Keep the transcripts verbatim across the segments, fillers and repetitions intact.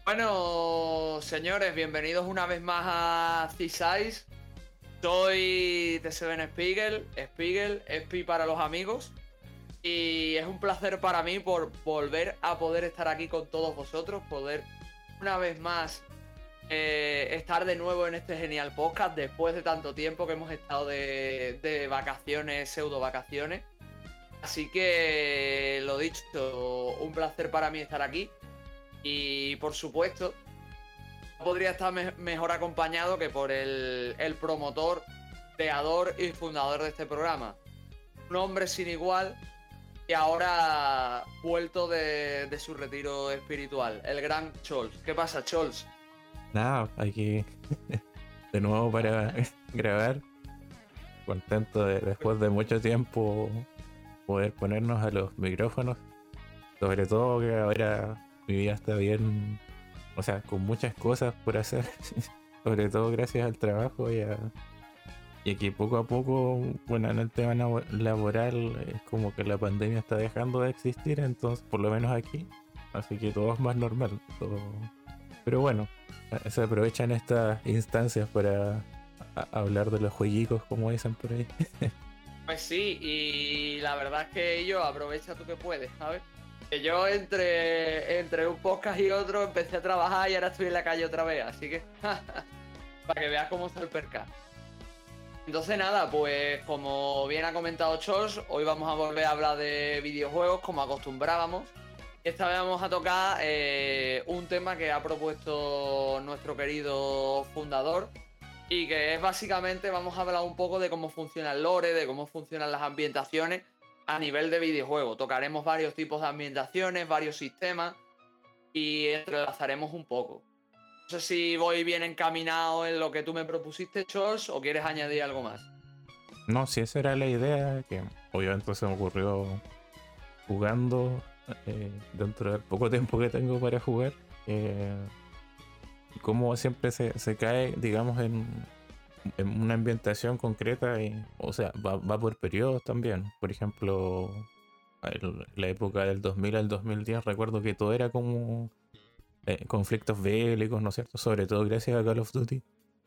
Bueno, señores, bienvenidos una vez más a C-Size. Soy The Seven Spiegel, Spiegel, Spi para los amigos. Y es un placer para mí por volver a poder estar aquí con todos vosotros, poder una vez más eh, estar de nuevo en este genial podcast después de tanto tiempo que hemos estado de, de vacaciones, pseudo vacaciones. Así que, lo dicho, un placer para mí estar aquí. Y por supuesto, no podría estar me mejor acompañado que por el, el promotor, creador y fundador de este programa. Un hombre sin igual y ahora vuelto de, de su retiro espiritual, el gran Chols. ¿Qué pasa, Chols? Nada, aquí de nuevo para grabar. Contento de después de mucho tiempo poder ponernos a los micrófonos. Sobre todo que ahora mi vida está bien, o sea, con muchas cosas por hacer. Sobre todo gracias al trabajo y a, y que poco a poco, bueno, en el tema laboral es como que la pandemia está dejando de existir, entonces por lo menos aquí. Así que todo es más normal. Todo... Pero bueno, se aprovechan estas instancias para a- hablar de los jueguicos, como dicen por ahí. Pues sí, y la verdad es que ello aprovecha tú que puedes, ¿sabes? Que yo entre, entre un podcast y otro empecé a trabajar y ahora estoy en la calle otra vez, así que para que veas cómo está el percal. Entonces nada, pues como bien ha comentado Chols, hoy vamos a volver a hablar de videojuegos como acostumbrábamos. Esta vez vamos a tocar eh, un tema que ha propuesto nuestro querido fundador y que es básicamente, vamos a hablar un poco de cómo funciona el lore, de cómo funcionan las ambientaciones a nivel de videojuego. Tocaremos varios tipos de ambientaciones, varios sistemas y entrelazaremos un poco. No sé si voy bien encaminado en lo que tú me propusiste, Chols, o quieres añadir algo más. No, si esa era la idea, que obviamente se me ocurrió jugando eh, dentro del poco tiempo que tengo para jugar. Eh, como siempre se, se cae, digamos, en, en una ambientación concreta, y, o sea, va, va por periodos también. Por ejemplo, el- la época del dos mil al dos mil diez, recuerdo que todo era como eh, conflictos bélicos, ¿no es cierto? Sobre todo gracias a Call of Duty.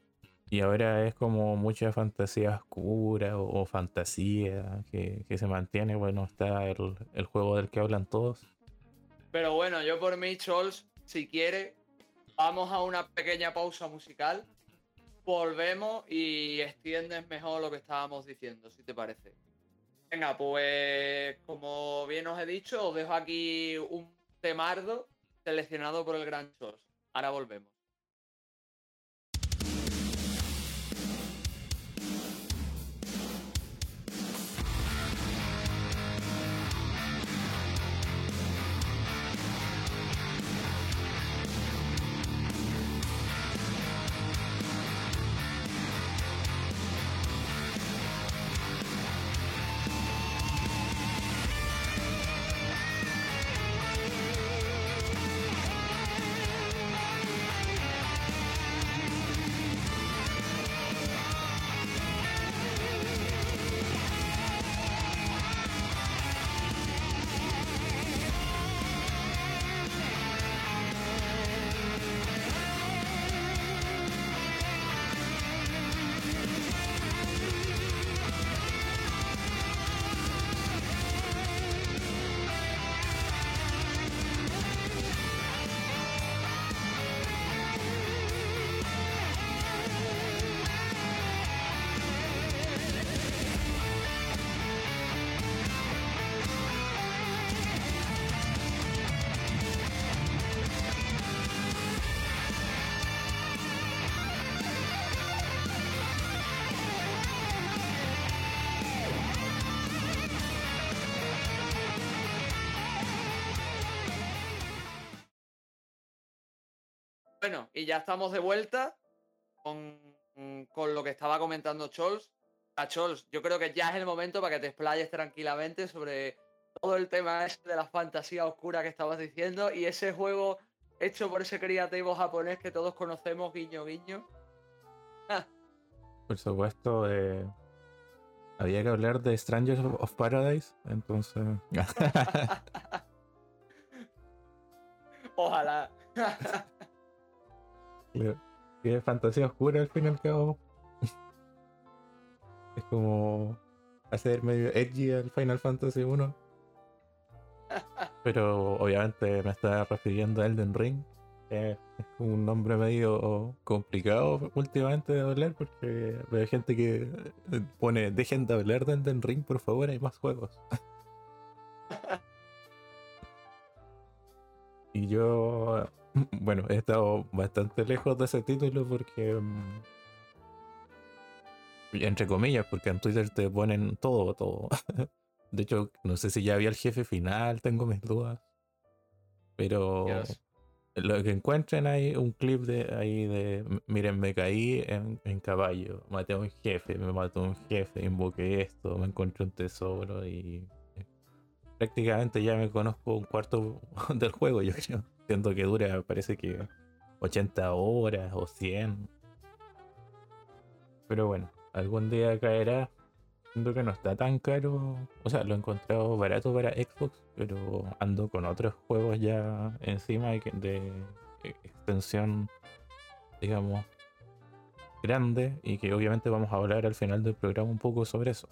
Y ahora es como mucha fantasía oscura o, o fantasía que, que se mantiene. Bueno, está el, el juego del que hablan todos. Pero bueno, yo por mí, Chols, si quieres, vamos a una pequeña pausa musical, volvemos y extiendes mejor lo que estábamos diciendo, si te parece. Venga, pues como bien os he dicho, os dejo aquí un temardo seleccionado por el gran Chols. Ahora volvemos. Bueno, y ya estamos de vuelta con, con lo que estaba comentando Chols. A Chols, yo creo que ya es el momento para que te explayes tranquilamente sobre todo el tema ese de la fantasía oscura que estabas diciendo y ese juego hecho por ese creativo japonés que todos conocemos, guiño guiño. Por supuesto, eh, había que hablar de Strangers of Paradise, entonces... Ojalá. Claro. Y es fantasía oscura al fin y al cabo. Es como hacer medio edgy al Final Fantasy uno. Pero obviamente me está refiriendo a Elden Ring. Eh, es un nombre medio complicado últimamente de hablar porque veo gente que eh, pone dejen de hablar de Elden Ring, por favor, hay más juegos. Y yo, bueno, he estado bastante lejos de ese título porque, mm, entre comillas, porque en Twitter te ponen todo, todo. De hecho, no sé si ya había el jefe final, tengo mis dudas. Pero Dios. lo que encuentren hay un clip de ahí de "M- miren, me caí en, en caballo, maté a un jefe, me mató un jefe, invoqué esto, me encontré un tesoro y eh, prácticamente ya me conozco un cuarto del juego, yo creo. Siento que dura, parece que ochenta horas o cien. Pero bueno, algún día caerá. Siento que no está tan caro. O sea, lo he encontrado barato para Xbox, pero ando con otros juegos ya encima de, que- de e- extensión, digamos, grande y que obviamente vamos a hablar al final del programa un poco sobre eso.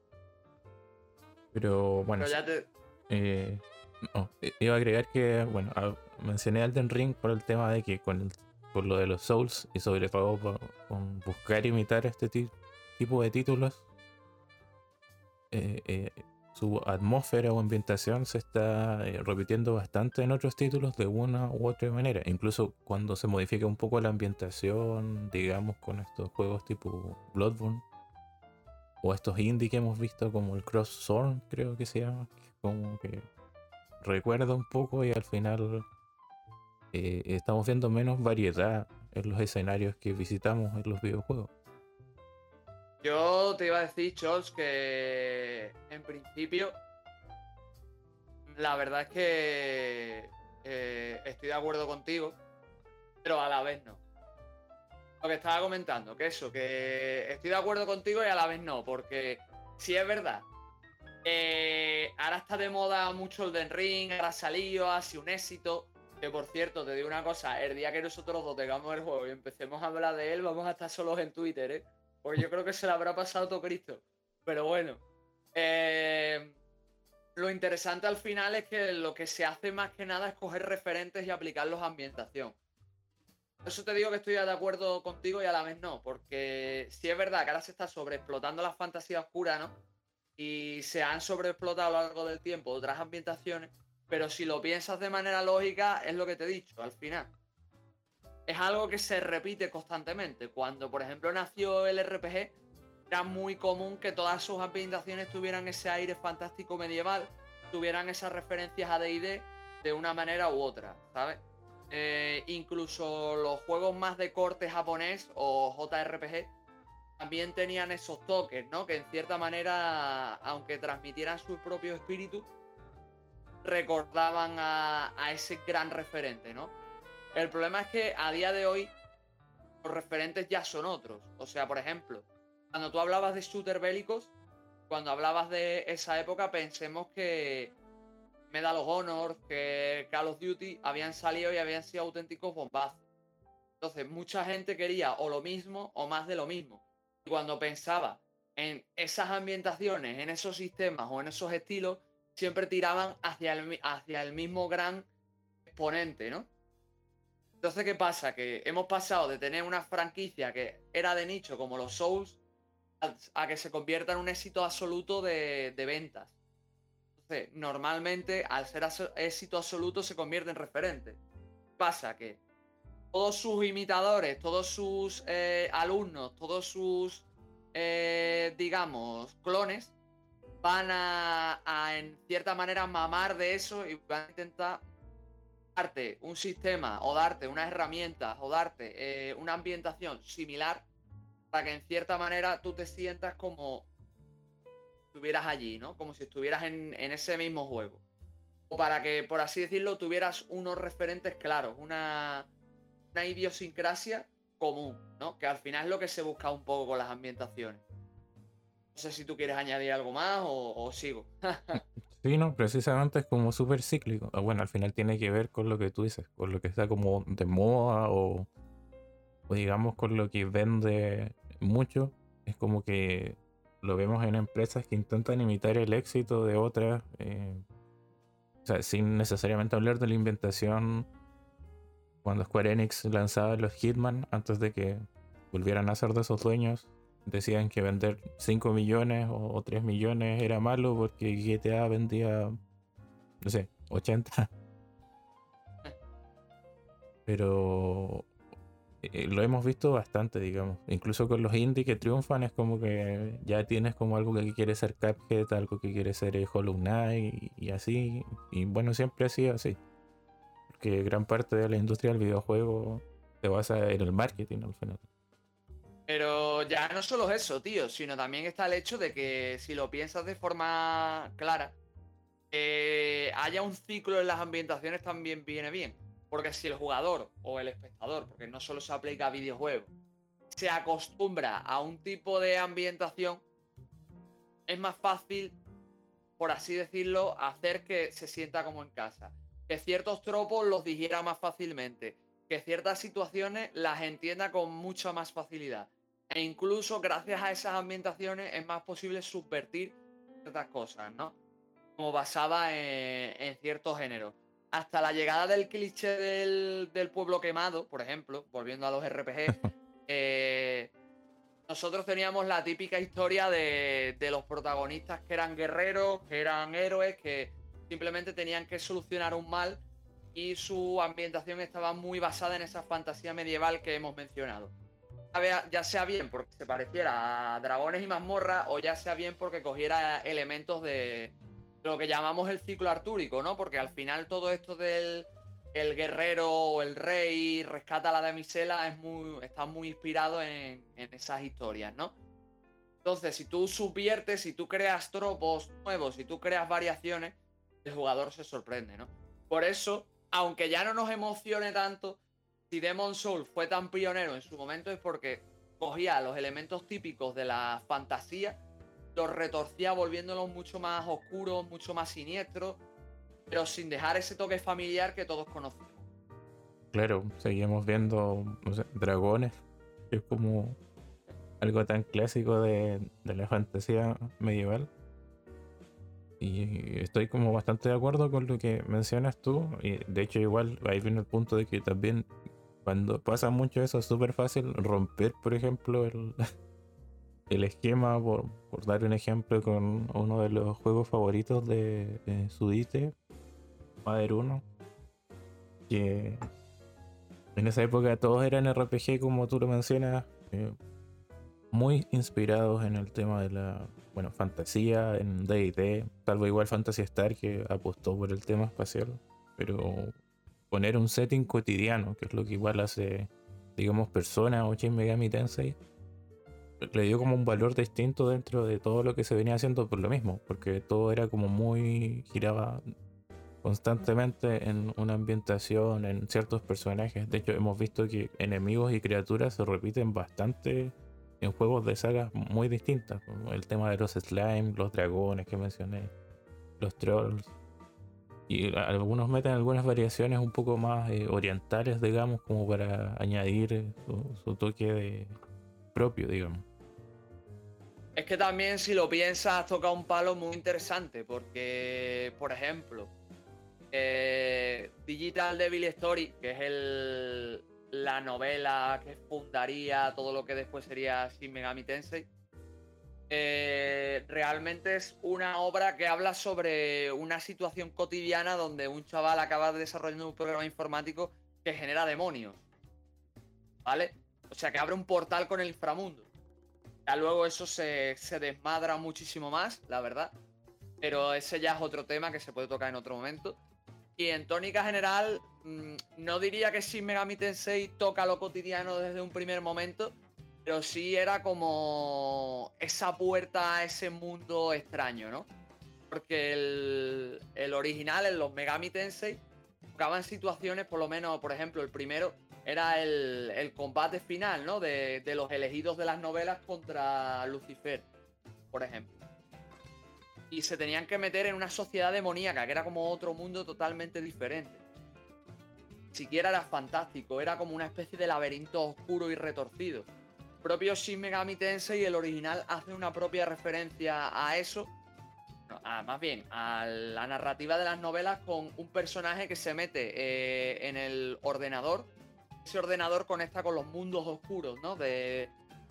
Pero bueno, Pero sí. ya te. Eh, no, i- iba a agregar que, bueno, a- mencioné Elden Ring por el tema de que con el- por lo de los Souls y sobre todo por- con buscar imitar este ti- tipo de títulos, eh, eh, su atmósfera o ambientación se está eh, repitiendo bastante en otros títulos de una u otra manera. Incluso cuando se modifica un poco la ambientación, digamos, con estos juegos tipo Bloodborne o estos indie que hemos visto como el Cross Zone, creo que se llama, que es como que recuerda un poco y al final eh, estamos viendo menos variedad en los escenarios que visitamos en los videojuegos. Yo te iba a decir, Chols, que en principio, la verdad es que eh, estoy de acuerdo contigo, pero a la vez no. Lo que estaba comentando, que eso, que estoy de acuerdo contigo y a la vez no, porque si es verdad, eh, ahora está de moda mucho el Den Ring, ahora ha salido, ha sido un éxito. Que por cierto, te digo una cosa, el día que nosotros dos tengamos el juego y empecemos a hablar de él, vamos a estar solos en Twitter, ¿eh? Porque yo creo que se le habrá pasado todo Cristo. Pero bueno, eh, lo interesante al final es que lo que se hace más que nada es coger referentes y aplicarlos a ambientación. Por eso te digo que estoy de acuerdo contigo y a la vez no, porque sí es verdad que ahora se está sobreexplotando la fantasía oscura, ¿no? Y se han sobreexplotado a lo largo del tiempo otras ambientaciones, pero si lo piensas de manera lógica, es lo que te he dicho, al final. Es algo que se repite constantemente. Cuando, por ejemplo, nació el R P G, era muy común que todas sus ambientaciones tuvieran ese aire fantástico medieval, tuvieran esas referencias a D and D de una manera u otra, ¿sabes? Eh, incluso los juegos más de corte japonés o J R P G también tenían esos toques, ¿no? Que en cierta manera, aunque transmitieran su propio espíritu, recordaban a, a ese gran referente, ¿no? El problema es que a día de hoy los referentes ya son otros. O sea, por ejemplo, cuando tú hablabas de shooter bélicos, cuando hablabas de esa época, pensemos que Medal of Honor, que Call of Duty habían salido y habían sido auténticos bombazos. Entonces, mucha gente quería o lo mismo o más de lo mismo. Y cuando pensaba en esas ambientaciones, en esos sistemas o en esos estilos, siempre tiraban hacia el, hacia el mismo gran exponente, ¿no? Entonces, ¿qué pasa? Que hemos pasado de tener una franquicia que era de nicho como los Souls a, a que se convierta en un éxito absoluto de, de ventas. Entonces, normalmente, al ser aso- éxito absoluto, se convierte en referente. Pasa que todos sus imitadores, todos sus eh, alumnos, todos sus, eh, digamos, clones, van a, a, en cierta manera, mamar de eso y van a intentar darte un sistema o darte unas herramientas o darte eh, una ambientación similar para que en cierta manera tú te sientas como si estuvieras allí, ¿no? Como si estuvieras en, en ese mismo juego. O para que, por así decirlo, tuvieras unos referentes claros, una, una idiosincrasia común, ¿no? Que al final es lo que se busca un poco con las ambientaciones. No sé si tú quieres añadir algo más o, o sigo. Sí, no, precisamente es como súper cíclico. Ah, bueno, al final tiene que ver con lo que tú dices, con lo que está como de moda o o digamos con lo que vende mucho, es como que lo vemos en empresas que intentan imitar el éxito de otras, eh, o sea, sin necesariamente hablar de la inventación. Cuando Square Enix lanzaba los Hitman, antes de que volvieran a ser de esos dueños, decían que vender cinco millones o, o tres millones era malo porque G T A vendía, no sé, ochenta. Pero eh, lo hemos visto bastante, digamos. Incluso con los indie que triunfan es como que ya tienes como algo que quiere ser Cuphead, algo que quiere ser eh, Hollow Knight y, y así. Y bueno, siempre ha sido así. Porque gran parte de la industria del videojuego se basa en el marketing al final. Pero ya no solo es eso, tío, sino también está el hecho de que si lo piensas de forma clara, eh, haya un ciclo en las ambientaciones también viene bien. Porque si el jugador o el espectador, porque no solo se aplica a videojuegos, se acostumbra a un tipo de ambientación, es más fácil, por así decirlo, hacer que se sienta como en casa. Que ciertos tropos los digiera más fácilmente. Que ciertas situaciones las entienda con mucha más facilidad. E incluso gracias a esas ambientaciones es más posible subvertir ciertas cosas, ¿no? Como basada en, en ciertos géneros. Hasta la llegada del cliché del, del pueblo quemado, por ejemplo, volviendo a los R P G, eh, nosotros teníamos la típica historia de, de los protagonistas que eran guerreros, que eran héroes, que simplemente tenían que solucionar un mal y su ambientación estaba muy basada en esa fantasía medieval que hemos mencionado. Ya sea bien porque se pareciera a dragones y mazmorras o ya sea bien porque cogiera elementos de lo que llamamos el ciclo artúrico, ¿no? Porque al final todo esto del el guerrero o el rey rescata a la damisela es muy, está muy inspirado en, en esas historias, ¿no? Entonces, si tú subviertes, si tú creas tropos nuevos, si tú creas variaciones, el jugador se sorprende, ¿no? Por eso, aunque ya no nos emocione tanto, si Demon's Souls fue tan pionero en su momento es porque cogía los elementos típicos de la fantasía, los retorcía volviéndolos mucho más oscuros, mucho más siniestros, pero sin dejar ese toque familiar que todos conocemos. Claro, seguimos viendo, no sé, dragones, que es como algo tan clásico de, de la fantasía medieval. Y estoy como bastante de acuerdo con lo que mencionas tú. Y de hecho igual ahí viene el punto de que también cuando pasa mucho eso es súper fácil romper, por ejemplo, el, el esquema, por, por dar un ejemplo con uno de los juegos favoritos de, de Sudite, Mother uno, que en esa época todos eran R P G como tú lo mencionas, eh, muy inspirados en el tema de la, bueno, fantasía, en D and D, salvo igual Fantasy Star que apostó por el tema espacial, pero poner un setting cotidiano, que es lo que igual hace, digamos, Persona o Shin Megami Tensei, le dio como un valor distinto dentro de todo lo que se venía haciendo por lo mismo, porque todo era como muy, giraba constantemente en una ambientación, en ciertos personajes. De hecho, hemos visto que enemigos y criaturas se repiten bastante en juegos de sagas muy distintas, como el tema de los slime, los dragones que mencioné, los trolls. Y algunos meten algunas variaciones un poco más eh, orientales, digamos, como para añadir eh, su, su toque de propio, digamos. Es que también si lo piensas toca un palo muy interesante porque, por ejemplo, eh, Digital Devil Story, que es el, la novela que fundaría todo lo que después sería Shin Megami Tensei, eh, realmente es una obra que habla sobre una situación cotidiana donde un chaval acaba desarrollando un programa informático que genera demonios, ¿vale? O sea, que abre un portal con el inframundo. Ya luego eso se, se desmadra muchísimo más, la verdad. Pero ese ya es otro tema que se puede tocar en otro momento. Y en tónica general, mmm, no diría que Shin Megami Tensei toca lo cotidiano desde un primer momento, pero sí era como esa puerta a ese mundo extraño, ¿no? Porque el, el original, en los Megami Tensei, tocaban situaciones, por lo menos, por ejemplo, el primero era el, el combate final, ¿no? De, de los elegidos de las novelas contra Lucifer, por ejemplo. Y se tenían que meter en una sociedad demoníaca, que era como otro mundo totalmente diferente. siquiera era fantástico, era como una especie de laberinto oscuro y retorcido. El propio Shin Megami Tensei, el original, hace una propia referencia a eso, no, a, más bien a la narrativa de las novelas, con un personaje que se mete eh, en el ordenador. Ese ordenador conecta con los mundos oscuros, ¿no? De,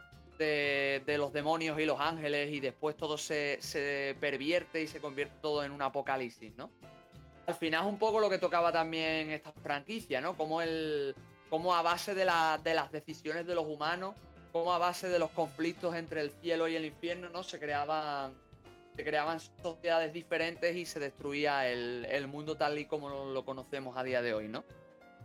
de, de los demonios y los ángeles, y después todo se, se pervierte y se convierte todo en un apocalipsis, ¿no? Al final es un poco lo que tocaba también esta franquicia, ¿no? Como, el, como a base de, la, de las decisiones de los humanos, como a base de los conflictos entre el cielo y el infierno, ¿no? Se creaban, se creaban sociedades diferentes y se destruía el, el mundo tal y como lo, lo conocemos a día de hoy, ¿no?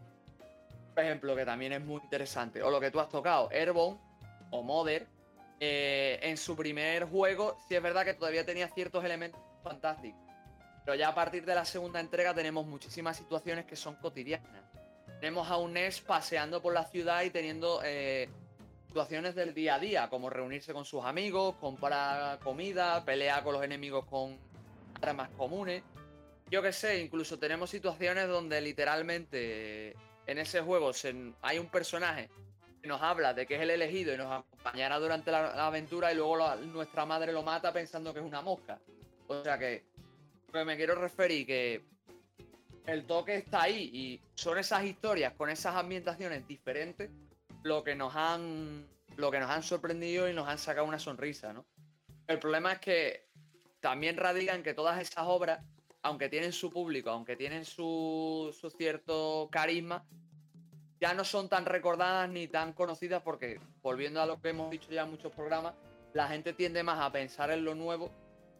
Por ejemplo, que también es muy interesante. O lo que tú has tocado, Airborne o Mother, eh, en su primer juego, sí es verdad que todavía tenía ciertos elementos fantásticos. Pero ya a partir de la segunda entrega tenemos muchísimas situaciones que son cotidianas. Tenemos a un Ness paseando por la ciudad y teniendo eh, situaciones del día a día, como reunirse con sus amigos, comprar comida, pelear con los enemigos con armas comunes. Yo qué sé, incluso tenemos situaciones donde literalmente en ese juego se, hay un personaje que nos habla de que es el elegido y nos acompañará durante la, la aventura, y luego la, nuestra madre lo mata pensando que es una mosca. O sea que, que me quiero referir que el toque está ahí, y son esas historias con esas ambientaciones diferentes lo que nos han lo que nos han sorprendido y nos han sacado una sonrisa, ¿no? El problema es que también radica en que todas esas obras, aunque tienen su público, aunque tienen su, su cierto carisma, ya no son tan recordadas ni tan conocidas, porque, volviendo a lo que hemos dicho ya en muchos programas, la gente tiende más a pensar en lo nuevo,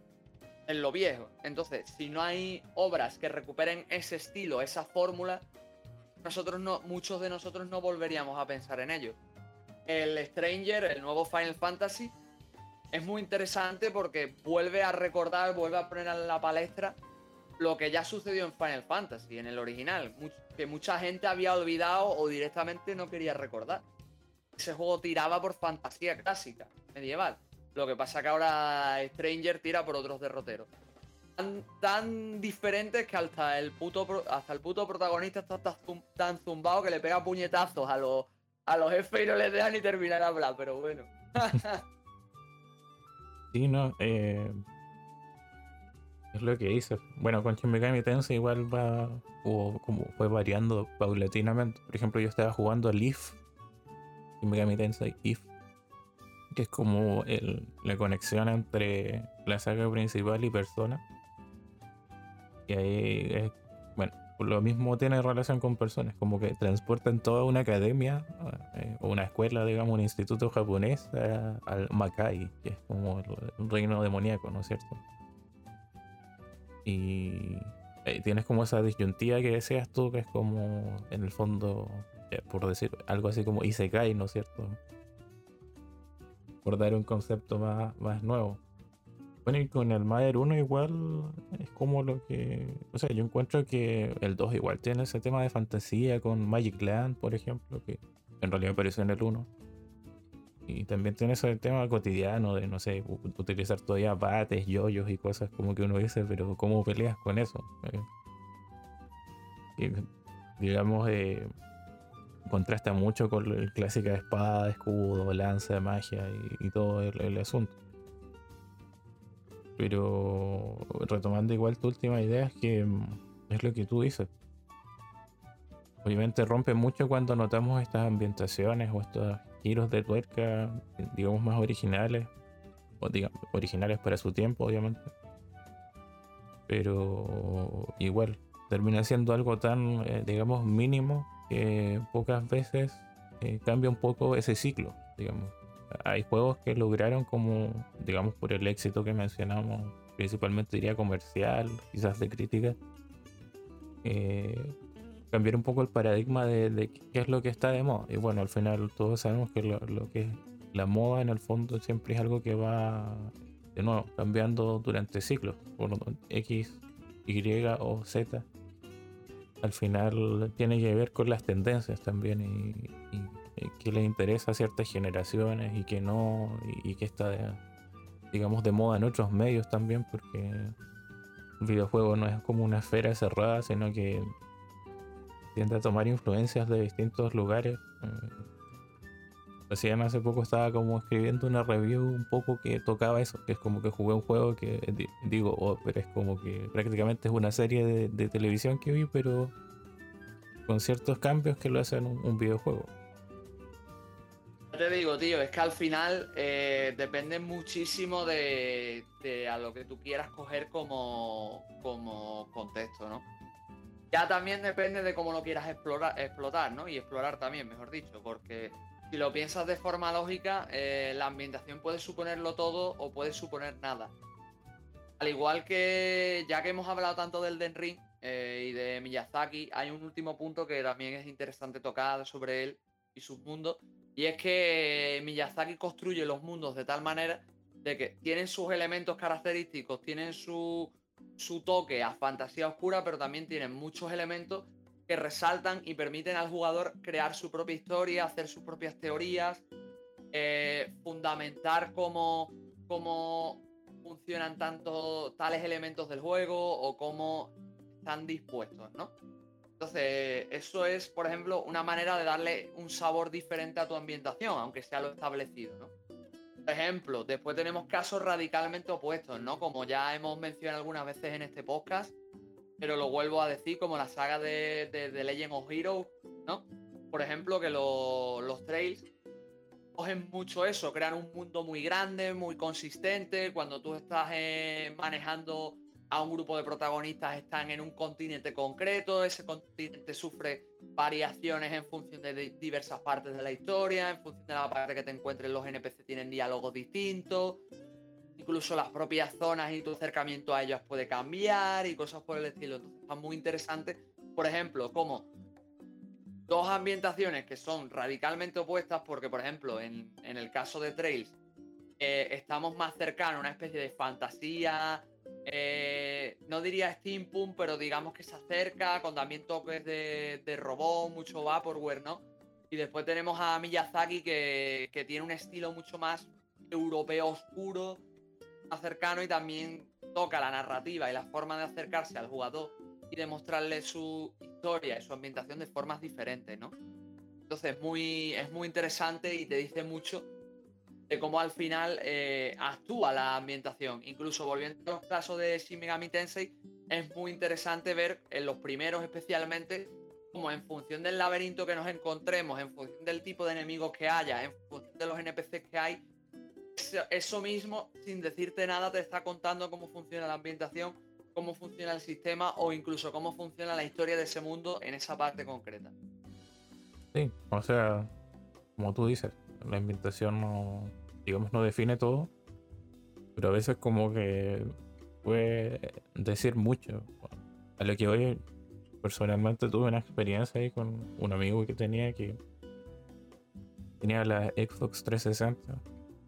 en lo viejo. Entonces, si no hay obras que recuperen ese estilo, esa fórmula, nosotros no, muchos de nosotros no volveríamos a pensar en ello. El Stranger, el nuevo Final Fantasy, es muy interesante porque vuelve a recordar, vuelve a poner en la palestra lo que ya sucedió en Final Fantasy, en el original, que mucha gente había olvidado o directamente no quería recordar. Ese juego tiraba por fantasía clásica, medieval. Lo que pasa que ahora Stranger tira por otros derroteros. Tan, tan diferentes que hasta el puto, hasta el puto protagonista está tan, tan zumbado que le pega puñetazos a los, a los jefes y no les deja ni terminar de hablar, pero bueno. Sí, no, eh, es lo que dices. Bueno, con Shin Megami Tensei igual va, o como fue variando paulatinamente. Por ejemplo, yo estaba jugando Leaf, Shin Megami Tensei If, que es como el, la conexión entre la saga principal y Persona. Y ahí es, bueno, lo mismo tiene relación con personas, como que transportan toda una academia eh, o una escuela, digamos, un instituto japonés a, al Makai, que es como el, un reino demoníaco, ¿no es cierto? Y eh, tienes como esa disyuntiva que decías tú, que es como, en el fondo, eh, por decir algo así como Isekai, ¿no es cierto? Por dar un concepto más, más nuevo. Bueno, y con el Mother uno igual es como lo que... O sea, yo encuentro que el dos igual tiene ese tema de fantasía con Magic Land, por ejemplo, que en realidad apareció en el uno. Y también tiene ese tema cotidiano de, no sé, utilizar todavía bates, yoyos y cosas como que uno dice, pero ¿cómo peleas con eso? Eh, y, digamos, eh, contrasta mucho con la clásica espada, escudo, lanza, magia y, y todo el, el asunto. Pero retomando igual tu última idea, es que es lo que tú dices. Obviamente rompe mucho cuando notamos estas ambientaciones o estos giros de tuerca, digamos, más originales, o digamos, originales para su tiempo, obviamente. Pero igual, termina siendo algo tan, eh, digamos, mínimo, que pocas veces eh, cambia un poco ese ciclo, digamos. Hay juegos que lograron, como, digamos, por el éxito que mencionamos, principalmente diría comercial, quizás de crítica, eh, cambiar un poco el paradigma de, de qué es lo que está de moda. Y bueno, al final todos sabemos que lo, lo que es la moda en el fondo siempre es algo que va, de nuevo, cambiando durante ciclos, por X, Y o Z. Al final tiene que ver con las tendencias también, y, y que les interesa a ciertas generaciones y que no, y, y que está, de, digamos, de moda en otros medios también, porque el videojuego no es como una esfera cerrada, sino que tiende a tomar influencias de distintos lugares. Recién hace poco estaba como escribiendo una review un poco que tocaba eso, que es como que jugué un juego que di- digo, oh, pero es como que prácticamente es una serie de, de televisión que vi, pero con ciertos cambios que lo hacen un, un videojuego. Ya te digo, tío, es que al final eh, depende muchísimo de, de a lo que tú quieras coger como, como contexto, ¿no? Ya también depende de cómo lo quieras explorar, explotar, ¿no? Y explorar también, mejor dicho, porque si lo piensas de forma lógica, eh, la ambientación puede suponerlo todo o puede suponer nada. Al igual que ya que hemos hablado tanto del Elden Ring eh, y de Miyazaki, hay un último punto que también es interesante tocar sobre él y sus mundos, y es que Miyazaki construye los mundos de tal manera de que tienen sus elementos característicos, tienen su, su toque a fantasía oscura, pero también tienen muchos elementos que resaltan y permiten al jugador crear su propia historia, hacer sus propias teorías, eh, fundamentar cómo, cómo funcionan tanto tales elementos del juego o cómo están dispuestos, ¿no? Entonces, eso es, por ejemplo, una manera de darle un sabor diferente a tu ambientación, aunque sea lo establecido, ¿no? Por ejemplo, después tenemos casos radicalmente opuestos, ¿no? Como ya hemos mencionado algunas veces en este podcast, pero lo vuelvo a decir, como la saga de, de, de Legend of Heroes, ¿no? Por ejemplo, que lo, los trails cogen mucho eso, crean un mundo muy grande, muy consistente. Cuando tú estás eh, manejando a un grupo de protagonistas, están en un continente concreto, ese continente sufre variaciones en función de di- diversas partes de la historia, en función de la parte que te encuentres, los N P C tienen diálogos distintos, incluso las propias zonas y tu acercamiento a ellas puede cambiar y cosas por el estilo. Entonces está muy interesante, por ejemplo, como dos ambientaciones que son radicalmente opuestas, porque por ejemplo en, en el caso de Trails eh, estamos más cercanos a una especie de fantasía, eh, no diría steampunk, pero digamos que se acerca con también toques de, de robot, mucho vaporware, ¿no? Y después tenemos a Miyazaki que, que tiene un estilo mucho más europeo oscuro, más cercano, y también toca la narrativa y la forma de acercarse al jugador y demostrarle su historia y su ambientación de formas diferentes, ¿no? Entonces muy, es muy interesante y te dice mucho de cómo al final eh, actúa la ambientación. Incluso volviendo a los casos de Shin Megami Tensei, es muy interesante ver en los primeros especialmente como en función del laberinto que nos encontremos, en función del tipo de enemigos que haya, en función de los N P Cs que hay, eso, eso mismo, sin decirte nada, te está contando cómo funciona la ambientación, cómo funciona el sistema o incluso cómo funciona la historia de ese mundo en esa parte concreta. Sí, o sea, como tú dices, la ambientación no, digamos, no define todo, pero a veces como que puede decir mucho. A lo que hoy personalmente tuve una experiencia ahí con un amigo que tenía que tenía la Xbox trescientos sesenta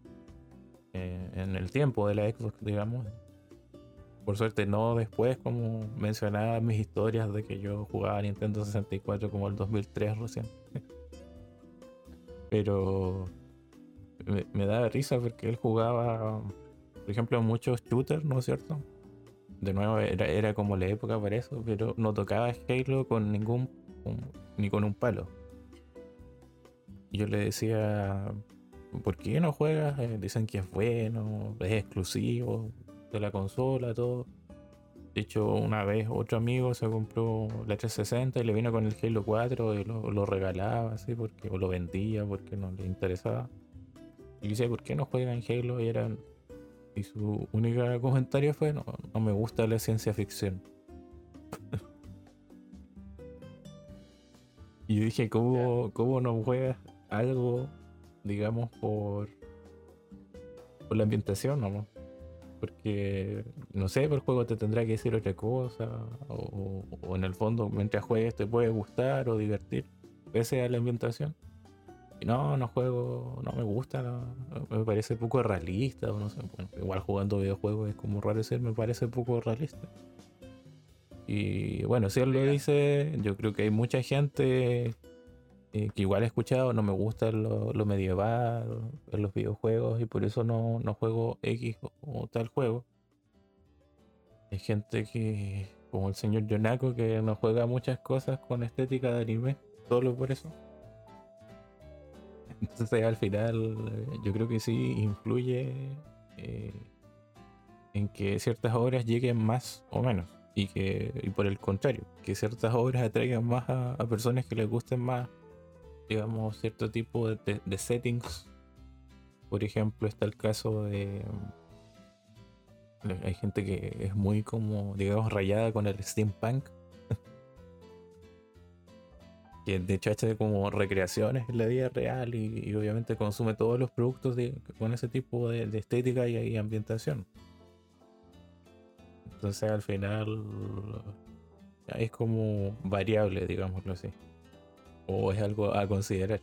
eh, en el tiempo de la Xbox, digamos. Por suerte no después, como mencionaba mis historias de que yo jugaba a Nintendo sesenta y cuatro como el dos mil tres recién. Pero me, me daba risa porque él jugaba, por ejemplo, muchos shooters, ¿no es cierto? De nuevo, era, era como la época para eso, pero no tocaba Halo con ningún, con- ni con un palo. Y yo le decía, ¿por qué no juegas? Eh, dicen que es bueno, es exclusivo de la consola, todo. De hecho, una vez otro amigo se compró la trescientos sesenta y le vino con el Halo cuatro y lo, lo regalaba así porque, o lo vendía porque no le interesaba. Y yo decía, ¿por qué no juegan Halo? Y eran, y su único comentario fue, no, no me gusta la ciencia ficción. Y yo dije, Yeah. ¿cómo, cómo no juegas algo, digamos, por, por la ambientación nomás? Porque, no sé, por el juego te tendrá que decir otra cosa, o, o en el fondo, mientras juegues te puede gustar o divertir, pese a la ambientación. Y no, no juego, no me gusta, no, me parece poco realista, o no sé, bueno, igual jugando videojuegos es como raro decir, me parece poco realista. Y bueno, si él lo Diga. dice, yo creo que hay mucha gente eh, que igual he escuchado, no me gusta lo, lo medieval en los videojuegos y por eso no, no juego X o, o tal juego. Hay gente que, como el señor Yonako, que no juega muchas cosas con estética de anime, solo por eso. Entonces al final eh, yo creo que sí influye eh, en que ciertas obras lleguen más o menos. Y que y por el contrario, que ciertas obras atraigan más a, a personas que les gusten más, digamos, cierto tipo de, de- de settings. Por ejemplo, está el caso de... Hay gente que es muy como, digamos, rayada con el steampunk, que de hecho hace como recreaciones en la vida real y, y obviamente consume todos los productos de, con ese tipo de, de estética y, y ambientación. Entonces al final es como variable, digámoslo así. O es algo a considerar.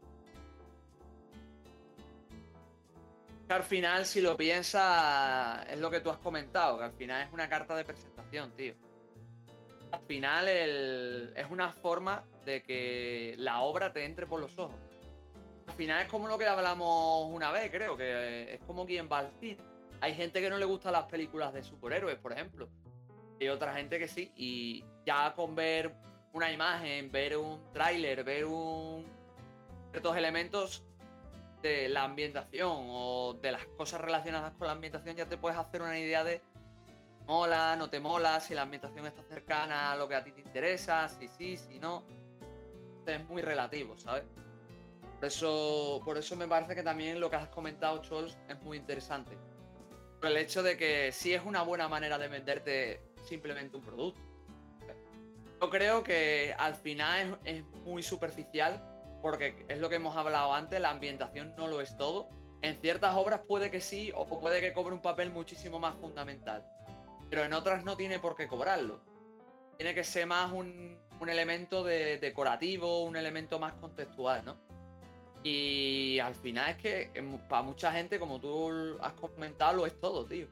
Que al final, si lo piensas, es lo que tú has comentado, que al final es una carta de presentación, tío. Al final el- es una forma de que la obra te entre por los ojos. Al final es como lo que hablamos una vez, creo, que es como quien va al cine. Hay gente que no le gustan las películas de superhéroes, por ejemplo. Y otra gente que sí. Y ya con ver una imagen, ver un tráiler, ver un ciertos elementos de la ambientación o de las cosas relacionadas con la ambientación, ya te puedes hacer una idea de mola, no te mola, si la ambientación está cercana a lo que a ti te interesa, si sí, si no. Es muy relativo, ¿sabes? Por eso, por eso me parece que también lo que has comentado, Chols, es muy interesante. Por el hecho de que sí es una buena manera de venderte simplemente un producto. Yo creo que al final es, es muy superficial, porque es lo que hemos hablado antes, la ambientación no lo es todo. En ciertas obras puede que sí, o puede que cobre un papel muchísimo más fundamental, pero en otras no tiene por qué cobrarlo. Tiene que ser más un, un elemento de, decorativo, un elemento más contextual, ¿no? Y al final es que en- para mucha gente, como tú has comentado, lo es todo, tío.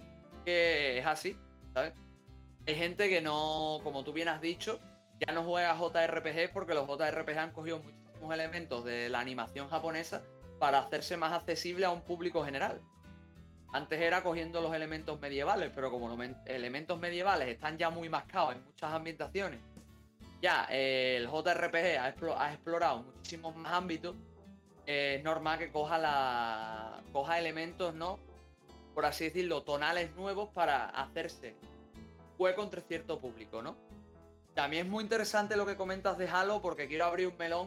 Que es así, ¿sabes? Hay gente que no, como tú bien has dicho, ya no juega J R P G porque los J R P G han cogido muchísimos elementos de la animación japonesa para hacerse más accesible a un público general. Antes era cogiendo los elementos medievales, pero como los men- elementos medievales están ya muy mascados en muchas ambientaciones, ya eh, el J R P G ha, explo- ha explorado muchísimos más ámbitos. Eh, es normal que coja la coja elementos, ¿no? Por así decirlo, tonales nuevos para hacerse hueco entre cierto público, ¿no? También es muy interesante lo que comentas de Halo, porque quiero abrir un melón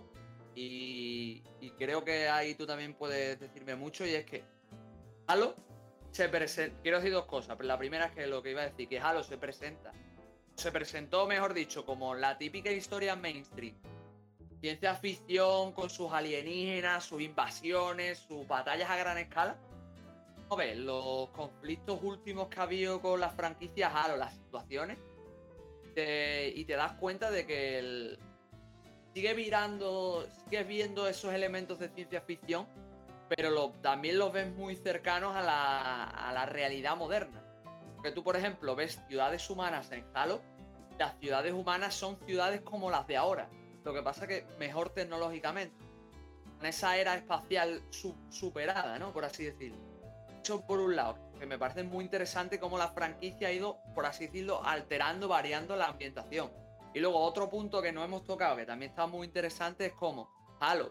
y, y creo que ahí tú también puedes decirme mucho, y es que Halo se presenta... Quiero decir dos cosas, pero la primera es que lo que iba a decir, que Halo se presenta, se presentó, mejor dicho, como la típica historia mainstream. Ciencia ficción con sus alienígenas, sus invasiones, sus batallas a gran escala. A ver, los conflictos últimos que ha habido con las franquicias Halo, las situaciones, te- y te das cuenta de que el- sigue virando, sigues viendo esos elementos de ciencia ficción, pero lo- también los ves muy cercanos a la, a la realidad moderna. Porque tú, por ejemplo, ves ciudades humanas en Halo, las ciudades humanas son ciudades como las de ahora. Lo que pasa que mejor tecnológicamente, con esa era espacial su- superada, ¿no? Por así decirlo. Eso por un lado, que me parece muy interesante cómo la franquicia ha ido, por así decirlo, alterando, variando la ambientación. Y luego otro punto que no hemos tocado, que también está muy interesante, es cómo Halo,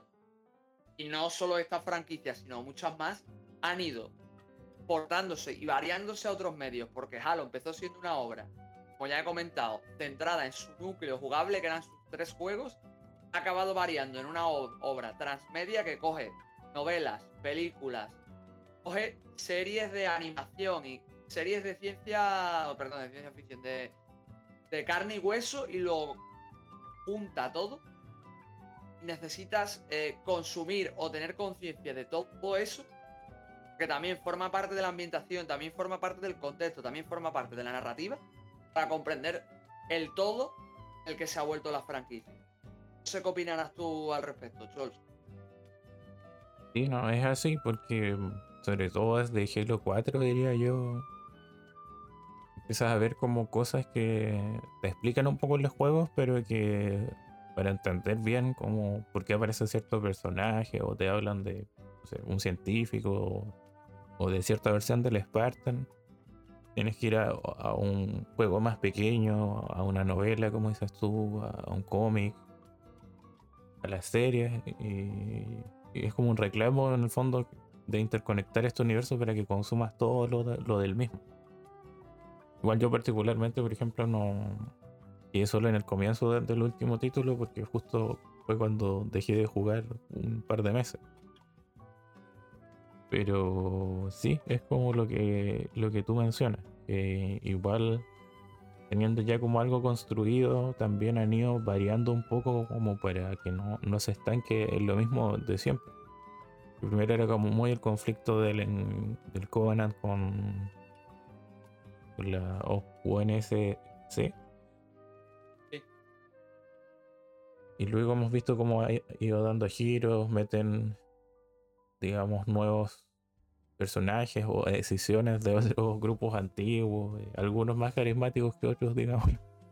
y no solo esta franquicia, sino muchas más, han ido portándose y variándose a otros medios, porque Halo empezó siendo una obra, como ya he comentado, centrada en su núcleo jugable, que eran sus tres juegos, ha acabado variando en una o- obra transmedia que coge novelas, películas, coge series de animación y series de ciencia, oh, perdón, de ciencia ficción, de, de carne y hueso, y lo junta todo. Necesitas eh, consumir o tener conciencia de todo eso, que también forma parte de la ambientación, también forma parte del contexto, también forma parte de la narrativa, para comprender el todo el que se ha vuelto la franquicia. No sé qué opinarás tú al respecto, Chols. Sí, no, es así porque mm, sobre todo desde Halo cuatro diría yo, empiezas a ver como cosas que te explican un poco en los juegos, pero que para entender bien como por qué aparece cierto personaje o te hablan de no sé, un científico o, o de cierta versión del Spartan, tienes que ir a, a un juego más pequeño, a una novela, como dices tú, a un cómic, a las series, y, y es como un reclamo en el fondo de interconectar este universo para que consumas todo lo, de- lo del mismo. Igual yo particularmente, por ejemplo, no quedé solo en el comienzo de- del último título porque justo fue cuando dejé de jugar un par de meses. Pero sí, es como lo que, lo que tú mencionas. Que igual teniendo ya como algo construido, también han ido variando un poco como para que no, no se estanque en lo mismo de siempre. El primero era como muy el conflicto del, en- del Covenant con, con la O N S C. Sí. Y luego hemos visto cómo ha ido dando giros, meten, digamos, nuevos personajes o decisiones de otros grupos antiguos, eh, algunos más carismáticos que otros, digamos.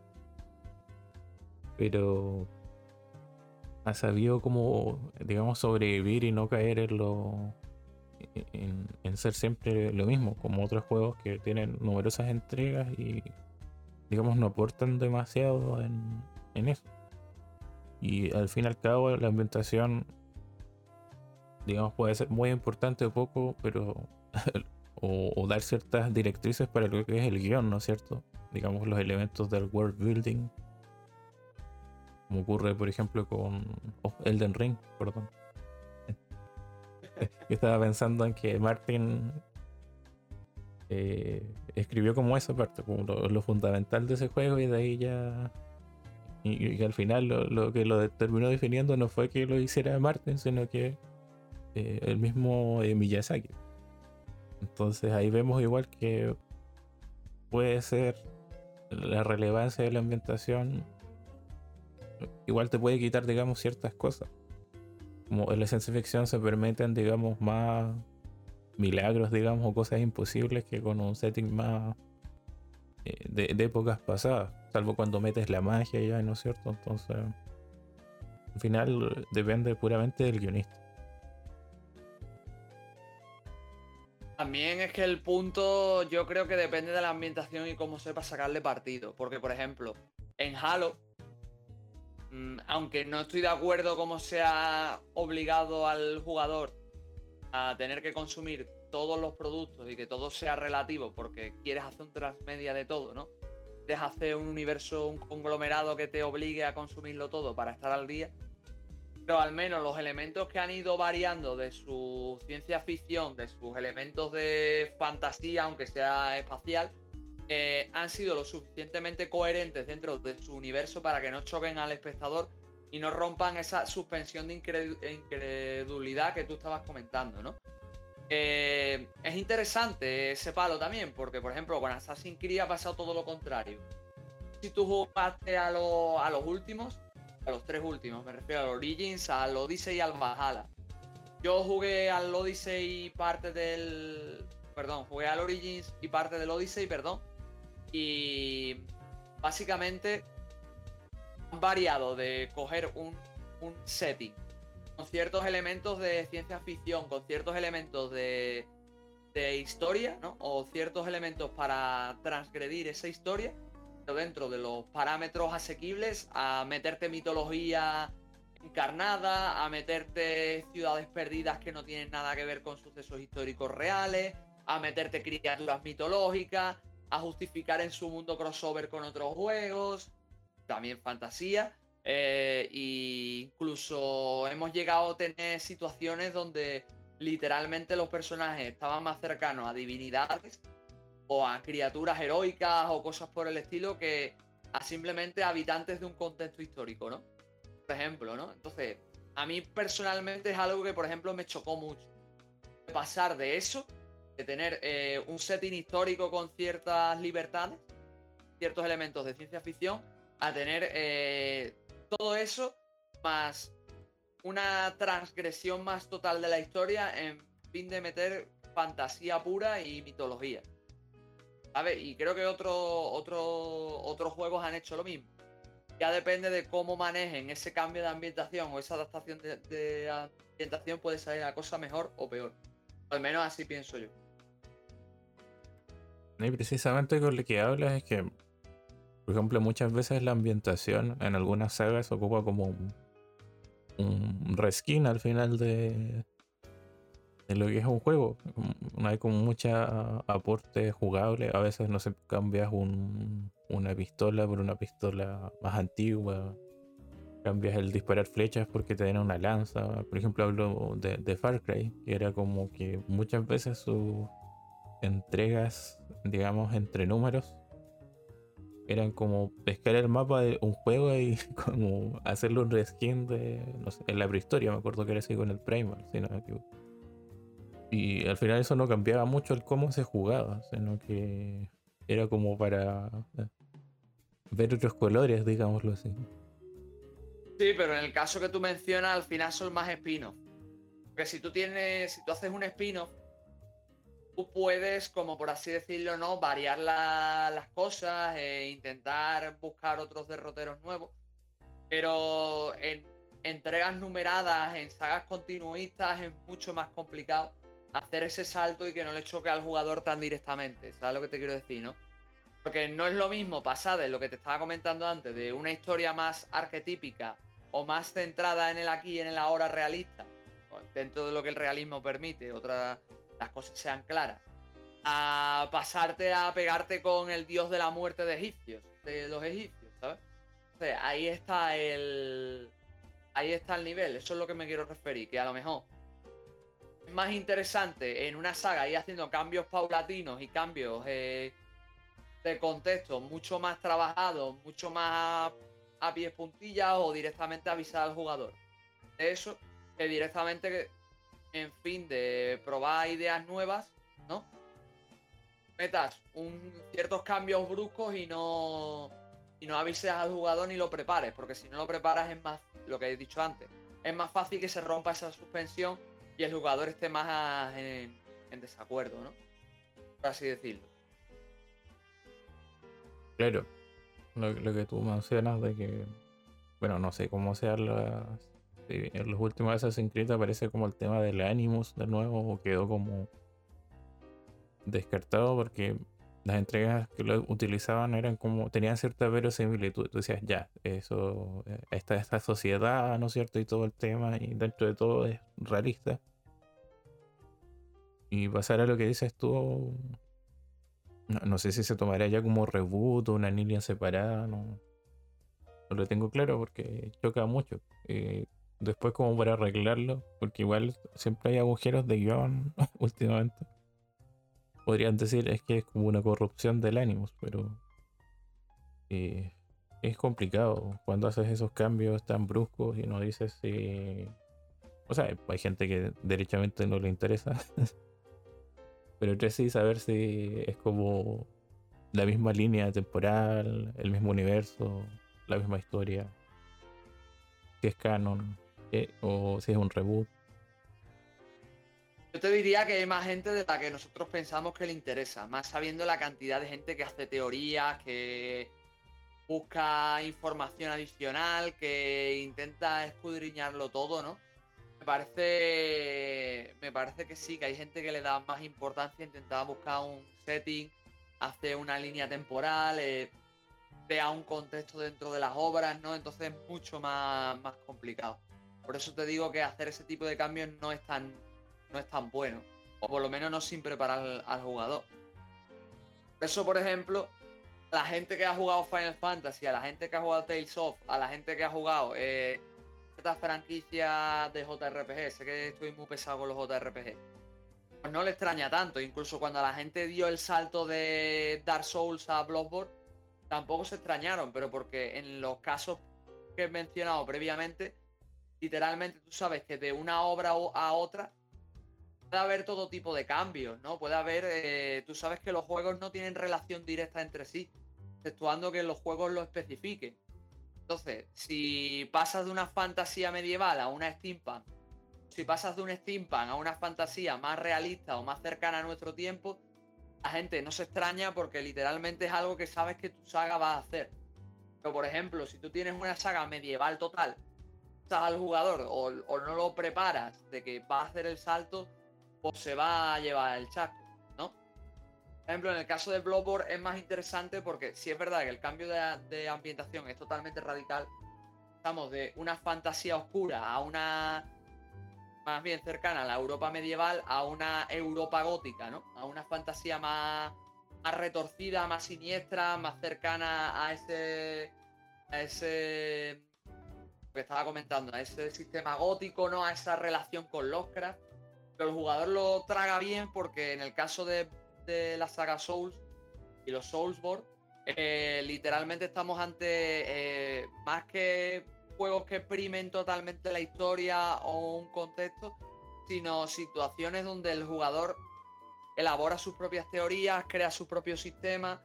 Pero ha sabido como, digamos, sobrevivir y no caer en lo en, en ser siempre lo mismo, como otros juegos que tienen numerosas entregas y, digamos, no aportan demasiado en, en eso. Y al fin y al cabo, la ambientación, digamos, puede ser muy importante o poco, pero o, o dar ciertas directrices para lo que es el guión, ¿no es cierto? Digamos, los elementos del world building, como ocurre, por ejemplo, con oh, Elden Ring, perdón. Yo estaba pensando en que Martin eh, escribió como esa parte, como lo, lo fundamental de ese juego, y de ahí ya. Y, y al final lo, lo que lo de- terminó definiendo no fue que lo hiciera Martin, sino que eh, el mismo eh, Miyazaki. Entonces ahí vemos igual que puede ser la relevancia de la ambientación, igual te puede quitar, digamos, ciertas cosas. Como en la ciencia ficción se permiten, digamos, más milagros, digamos, o cosas imposibles que con un setting más eh, de, de épocas pasadas, salvo cuando metes la magia ya, ¿no es cierto? Entonces, al final depende puramente del guionista. También es que el punto yo creo que depende de la ambientación y cómo sepa sacarle partido. Porque, por ejemplo, en Halo, mm, aunque no estoy de acuerdo cómo sea obligado al jugador a tener que consumir todos los productos y que todo sea relativo porque quieres hacer un transmedia de todo, ¿no? Quieres hacer un universo, un conglomerado que te obligue a consumirlo todo para estar al día. Pero al menos los elementos que han ido variando de su ciencia ficción, de sus elementos de fantasía, aunque sea espacial, eh, han sido lo suficientemente coherentes dentro de su universo para que no choquen al espectador y no rompan esa suspensión de incredu- incredulidad que tú estabas comentando, ¿no? Eh, es interesante ese palo también, porque por ejemplo con Assassin's Creed ha pasado todo lo contrario. Si tú jugaste a, lo- a los últimos, a los tres últimos, me refiero al Origins, al Odyssey y al Valhalla. Yo jugué al Odyssey y parte del... Perdón, jugué al Origins y parte del Odyssey, perdón. Y básicamente han variado de coger un, un setting con ciertos elementos de ciencia ficción, con ciertos elementos de, de historia, ¿no? O ciertos elementos para transgredir esa historia, pero dentro de los parámetros asequibles, a meterte mitología encarnada, a meterte ciudades perdidas que no tienen nada que ver con sucesos históricos reales, a meterte criaturas mitológicas, a justificar en su mundo crossover con otros juegos, también fantasía. Eh, e incluso hemos llegado a tener situaciones donde literalmente los personajes estaban más cercanos a divinidades o a criaturas heroicas o cosas por el estilo que a simplemente habitantes de un contexto histórico, ¿no? Por ejemplo, ¿no? Entonces, a mí personalmente es algo que, por ejemplo, me chocó mucho. Pasar de eso, de tener eh, un setting histórico con ciertas libertades, ciertos elementos de ciencia ficción, a tener eh, todo eso más una transgresión más total de la historia en fin de meter fantasía pura y mitología. ¿Sabes? Y creo que otro, otro, otros juegos han hecho lo mismo. Ya depende de cómo manejen ese cambio de ambientación o esa adaptación de, de ambientación, puede salir la cosa mejor o peor. Al menos así pienso yo. Y precisamente con lo que hablas es que, por ejemplo, muchas veces la ambientación en algunas sagas ocupa como un, un reskin al final de, de lo que es un juego. No hay como mucha aporte jugable. A veces no sé, cambias un, una pistola por una pistola más antigua. Cambias el disparar flechas porque te den una lanza. Por ejemplo, hablo de, de Far Cry, que era como que muchas veces sus entregas, digamos, entre números, eran como pescar el mapa de un juego y como hacerle un reskin de, no sé, en la prehistoria, me acuerdo que era así con el Primal, si no me equivoco. Y al final eso no cambiaba mucho el cómo se jugaba, sino que era como para eh, ver otros colores, digámoslo así. Sí, pero en el caso que tú mencionas, al final son más spin-off. Porque si tú tienes, si tú haces un spin-off, tú puedes, como por así decirlo, ¿no? Variar la- las cosas e intentar buscar otros derroteros nuevos. Pero en entregas numeradas, en sagas continuistas, es mucho más complicado hacer ese salto y que no le choque al jugador tan directamente. ¿Sabes lo que te quiero decir, no? Porque no es lo mismo pasar de lo que te estaba comentando antes, de una historia más arquetípica o más centrada en el aquí y en el ahora realista, dentro de lo que el realismo permite, otras las cosas sean claras, a pasarte a pegarte con el dios de la muerte de egipcios, de los egipcios, ¿sabes? O sea, ahí está el. Ahí está el nivel, eso es lo que me quiero referir, que a lo mejor es más interesante en una saga ir haciendo cambios paulatinos y cambios eh, de contexto mucho más trabajados, mucho más a, a pies puntillas o directamente avisar al jugador. De eso, que directamente, en fin, de probar ideas nuevas, ¿no? Metas un, ciertos cambios bruscos y no y no avises al jugador ni lo prepares, porque si no lo preparas es más, lo que he dicho antes, es más fácil que se rompa esa suspensión y el jugador esté más en, en desacuerdo, ¿no? Por así decirlo. Claro, lo, lo que tú mencionas de que, bueno, no sé cómo sean las. Sí, en los últimos Assassin's Creed aparece como el tema del Animus de nuevo, o quedó como descartado porque las entregas que lo utilizaban eran como, tenían cierta verosimilitud. Tú decías, ya, eso, eh, esta, esta sociedad, ¿no es cierto? Y todo el tema, y dentro de todo es realista. Y pasar a lo que dices tú, no, no sé si se tomará ya como reboot o una línea separada, no, no lo tengo claro porque choca mucho. Eh, después como para arreglarlo, porque igual siempre hay agujeros de guión últimamente. Podrían decir es que es como una corrupción del ánimo, pero eh, es complicado cuando haces esos cambios tan bruscos y no dices si. O sea, hay gente que derechamente no le interesa, pero entre sí saber si es como la misma línea temporal, el mismo universo, la misma historia, si es canon, eh, o si es un reboot. Yo te diría que hay más gente de la que nosotros pensamos que le interesa, más sabiendo la cantidad de gente que hace teorías, que busca información adicional, que intenta escudriñarlo todo, ¿no? Me parece, me parece que sí, que hay gente que le da más importancia, intenta buscar un setting, hace una línea temporal, eh, crea un contexto dentro de las obras, ¿no? Entonces es mucho más, más complicado. Por eso te digo que hacer ese tipo de cambios no es tan, no es tan bueno. O por lo menos no sin preparar al, al jugador. Por eso, por ejemplo, a la gente que ha jugado Final Fantasy, a la gente que ha jugado Tales of, a la gente que ha jugado eh, ciertas franquicias de J R P G, sé que estoy muy pesado con los J R P G, pues no le extraña tanto. Incluso cuando la gente dio el salto de Dark Souls a Bloodborne, tampoco se extrañaron, pero porque en los casos que he mencionado previamente, literalmente tú sabes que de una obra a otra puede haber todo tipo de cambios, ¿no? Puede haber, eh, tú sabes que los juegos no tienen relación directa entre sí, exceptuando que los juegos lo especifiquen. Entonces, si pasas de una fantasía medieval a una steampunk, si pasas de un steampunk a una fantasía más realista o más cercana a nuestro tiempo, la gente no se extraña porque literalmente es algo que sabes que tu saga va a hacer. Pero, por ejemplo, si tú tienes una saga medieval total, estás al jugador o, o no lo preparas de que va a hacer el salto, pues se va a llevar el chasco, ¿no? Por ejemplo, en el caso de Bloodborne es más interesante porque sí es verdad que el cambio de, de ambientación es totalmente radical. Estamos de una fantasía oscura a una más bien cercana a la Europa medieval a una Europa gótica, ¿no? A una fantasía más, más retorcida, más siniestra, más cercana a ese a ese que estaba comentando, a ese sistema gótico, ¿no? A esa relación con Lovecraft. Pero el jugador lo traga bien porque en el caso de, de la saga Souls y los Soulsborne, eh, literalmente estamos ante eh, más que juegos que exprimen totalmente la historia o un contexto, sino situaciones donde el jugador elabora sus propias teorías, crea su propio sistema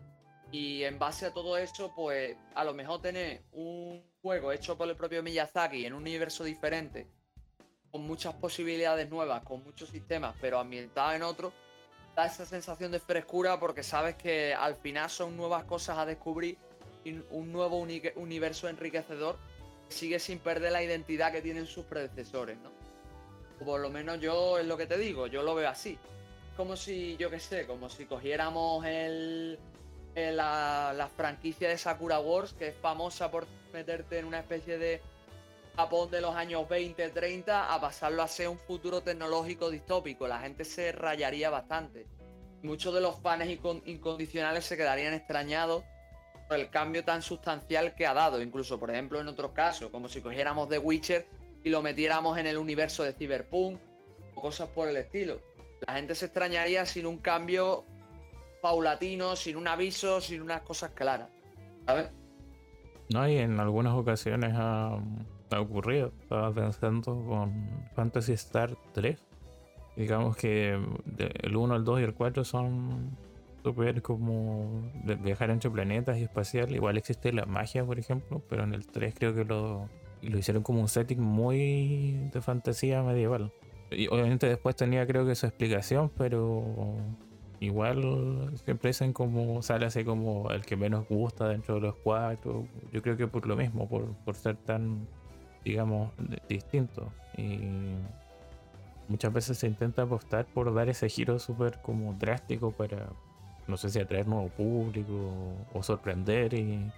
y en base a todo eso, pues a lo mejor tener un juego hecho por el propio Miyazaki en un universo diferente, con muchas posibilidades nuevas, con muchos sistemas, pero ambientado en otro, da esa sensación de frescura porque sabes que al final son nuevas cosas a descubrir y un nuevo uni universo enriquecedor que sigue sin perder la identidad que tienen sus predecesores, ¿no? O por lo menos yo es lo que te digo, yo lo veo así. Como si, yo qué sé, como si cogiéramos el, el la, la franquicia de Sakura Wars, que es famosa por meterte en una especie de Japón de los años veinte, treinta, a pasarlo a ser un futuro tecnológico distópico. La gente se rayaría bastante. Muchos de los fans incondicionales se quedarían extrañados por el cambio tan sustancial que ha dado. Incluso, por ejemplo, en otros casos, como si cogiéramos The Witcher y lo metiéramos en el universo de Cyberpunk o cosas por el estilo. La gente se extrañaría sin un cambio paulatino, sin un aviso, sin unas cosas claras, ¿sabes? No, y en algunas ocasiones ha, ha ocurrido. Estaba pensando con Phantasy Star tres. Digamos que de- el uno, el dos y el cuatro son super como de viajar entre planetas y espacial. Igual existe la magia, por ejemplo, pero en el tres creo que lo, lo hicieron como un setting muy de fantasía medieval. Y obviamente después tenía creo que su explicación, pero igual siempre dicen como sale así como el que menos gusta dentro de los cuatro. Yo creo que por lo mismo, por, por ser tan, digamos, de- distinto. Y muchas veces se intenta apostar por dar ese giro súper como drástico para, no sé si atraer nuevo público o sorprender. Y,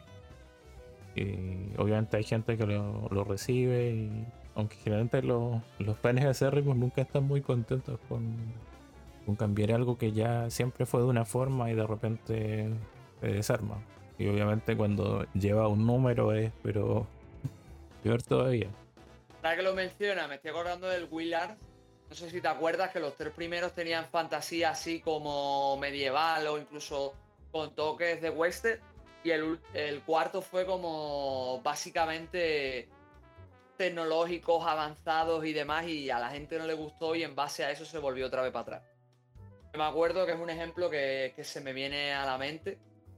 y obviamente hay gente que lo, lo recibe, y aunque generalmente los, los fans acérrimos nunca están muy contentos con, con cambiar algo que ya siempre fue de una forma y de repente se desarma. Y obviamente cuando lleva un número es, pero peor todavía. Ahora que lo menciona, me estoy acordando del Will Arms. No sé si te acuerdas que los tres primeros tenían fantasía así como medieval o incluso con toques de western. Y el, el cuarto fue como básicamente tecnológicos, avanzados y demás. Y a la gente no le gustó y en base a eso se volvió otra vez para atrás. Me acuerdo que es un ejemplo que, que se me viene a la mente.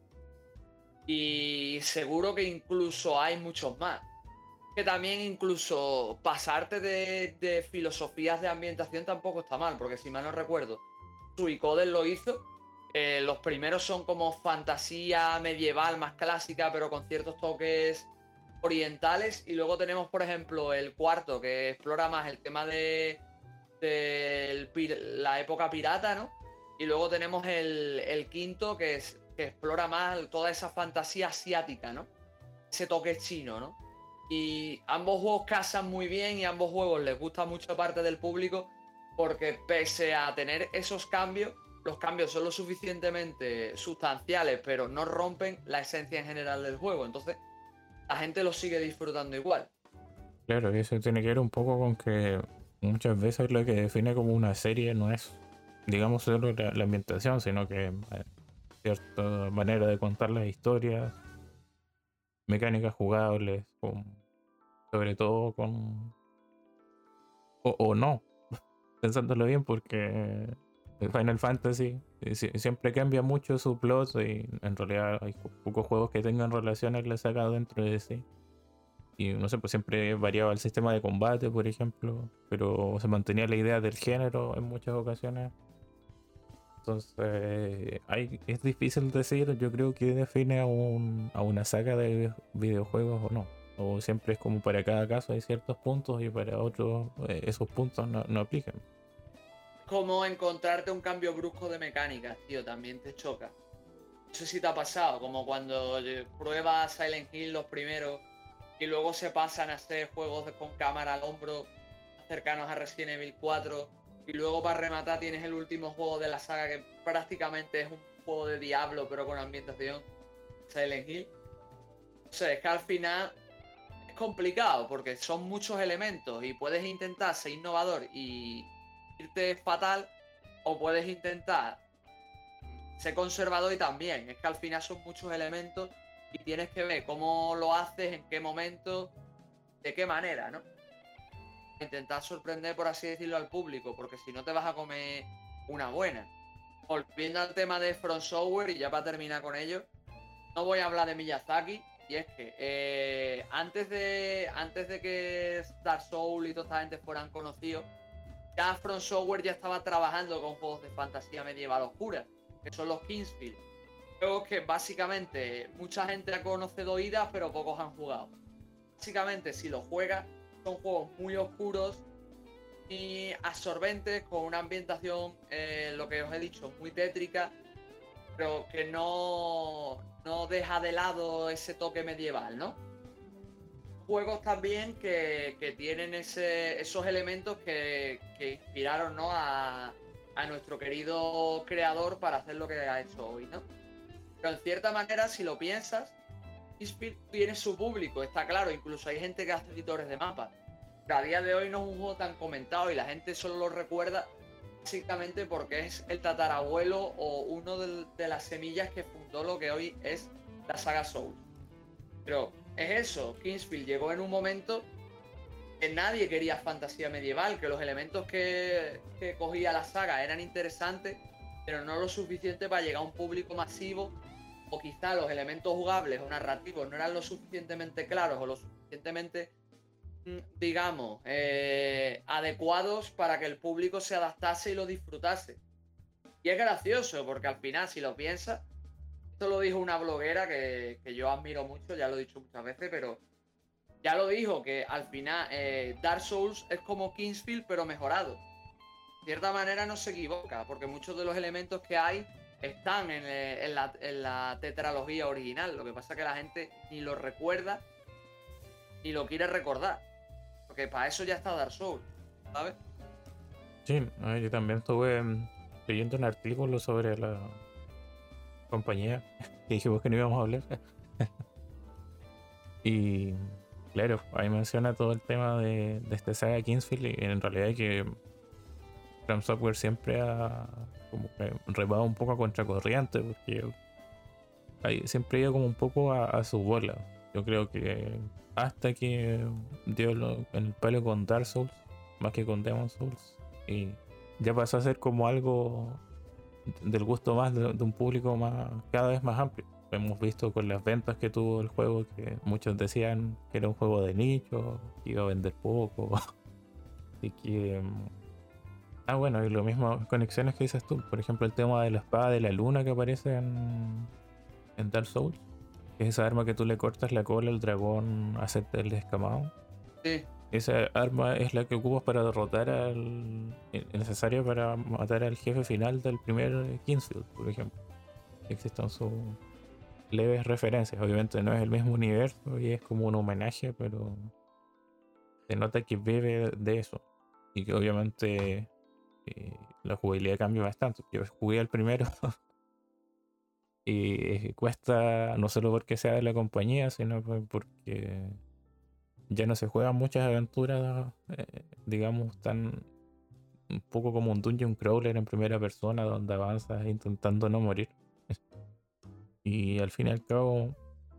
Y seguro que incluso hay muchos más. Que también incluso pasarte de, de filosofías de ambientación tampoco está mal, porque si mal no recuerdo, Suicoden lo hizo. Eh, los primeros son como fantasía medieval más clásica, pero con ciertos toques orientales. Y luego tenemos, por ejemplo, el cuarto, que explora más el tema de, de el pir- la época pirata, ¿no? Y luego tenemos el, el quinto, que, es, que explora más toda esa fantasía asiática, ¿no? Ese toque chino, ¿no? Y ambos juegos casan muy bien y ambos juegos les gusta mucho parte del público porque pese a tener esos cambios, los cambios son lo suficientemente sustanciales pero no rompen la esencia en general del juego. Entonces la gente lo sigue disfrutando igual. Claro, y eso tiene que ver un poco con que muchas veces lo que define como una serie no es, digamos, solo la, la ambientación, sino que eh, cierta manera de contar las historias, mecánicas jugables, con- sobre todo con... O, o no, pensándolo bien, porque el Final Fantasy eh, si- siempre cambia mucho su plot y en realidad hay po- pocos juegos que tengan relaciones la saga dentro de sí. Y no sé, pues siempre variaba el sistema de combate, por ejemplo, pero se mantenía la idea del género en muchas ocasiones. Entonces, hay, es difícil decir, yo creo que define a, un, a una saga de videojuegos o no. O siempre es como para cada caso hay ciertos puntos y para otros eh, esos puntos no, no aplican. como encontrarte un cambio brusco de mecánicas, tío, también te choca. No sé si te ha pasado, como cuando pruebas Silent Hill los primeros y luego se pasan a hacer juegos de, con cámara al hombro cercanos a Resident Evil cuatro y luego para rematar tienes el último juego de la saga que prácticamente es un juego de Diablo pero con ambientación Silent Hill. O sea, es que al final es complicado porque son muchos elementos y puedes intentar ser innovador y irte fatal o puedes intentar ser conservador y también. Es que al final son muchos elementos y tienes que ver cómo lo haces, en qué momento, de qué manera, ¿no? Intentar sorprender, por así decirlo, al público, porque si no te vas a comer una buena. Volviendo al tema de From Software, y ya para terminar con ello, no voy a hablar de Miyazaki, y es que eh, antes de antes de que Dark Souls y toda esta gente fueran conocidos, ya From Software ya estaba trabajando con juegos de fantasía medieval oscura, que son los Kingsfield. Juegos que básicamente mucha gente ha conocido oídas, pero pocos han jugado. Básicamente, si los juegas, son juegos muy oscuros y absorbentes, con una ambientación, eh, lo que os he dicho, muy tétrica, pero que no, no deja de lado ese toque medieval, ¿no? Juegos también que, que tienen ese, esos elementos que, que inspiraron, ¿no? a, a nuestro querido creador para hacer lo que ha hecho hoy, ¿no? Pero en cierta manera, si lo piensas, Kingsfield tiene su público, está claro, incluso hay gente que hace editores de mapas. Pero a día de hoy no es un juego tan comentado y la gente solo lo recuerda básicamente porque es el tatarabuelo o uno de, de las semillas que fundó lo que hoy es la saga Souls. Pero es eso, Kingsfield llegó en un momento que nadie quería fantasía medieval, que los elementos que, que cogía la saga eran interesantes, pero no lo suficiente para llegar a un público masivo, o quizá los elementos jugables o narrativos no eran lo suficientemente claros o lo suficientemente, digamos, eh, adecuados para que el público se adaptase y lo disfrutase. Y es gracioso porque al final, si lo piensas, esto lo dijo una bloguera que, que yo admiro mucho, ya lo he dicho muchas veces, pero ya lo dijo, que al final eh, Dark Souls es como Kingsfield pero mejorado. De cierta manera no se equivoca, porque muchos de los elementos que hay están en, eh, en, la, en la tetralogía original. Lo que pasa es que la gente ni lo recuerda ni lo quiere recordar, porque para eso ya está Dark Souls, ¿sabes? Sí, a ver, yo también estuve mm, leyendo un artículo sobre la compañía que dijimos que no íbamos a hablar. Y claro, ahí menciona todo el tema de, de esta saga Kingsfield y en realidad que From Software siempre ha como que remado un poco a contracorriente porque ahí siempre iba como un poco a, a su bola. Yo creo que hasta que dio lo, en el palo con Dark Souls más que con Demon Souls y ya pasó a ser como algo del gusto más de, de un público más cada vez más amplio. Lo hemos visto con las ventas que tuvo el juego, que muchos decían que era un juego de nicho, que iba a vender poco. Así que ah, bueno, y lo mismo conexiones que dices tú, por ejemplo el tema de la espada de la luna que aparece en, en Dark Souls, que es esa arma que tú le cortas la cola al dragón a hacerte el descamado. Sí. Esa arma es la que ocupas para derrotar al necesario para matar al jefe final del primer Kingsfield, por ejemplo. Existen sus leves referencias, obviamente no es el mismo universo y es como un homenaje, pero se nota que bebe de eso y que obviamente eh, la jugabilidad cambia bastante. Yo jugué al primero y cuesta no solo porque sea de la compañía, sino porque ya no se juegan muchas aventuras, eh, digamos, tan un poco como un dungeon crawler en primera persona donde avanzas intentando no morir. Y al fin y al cabo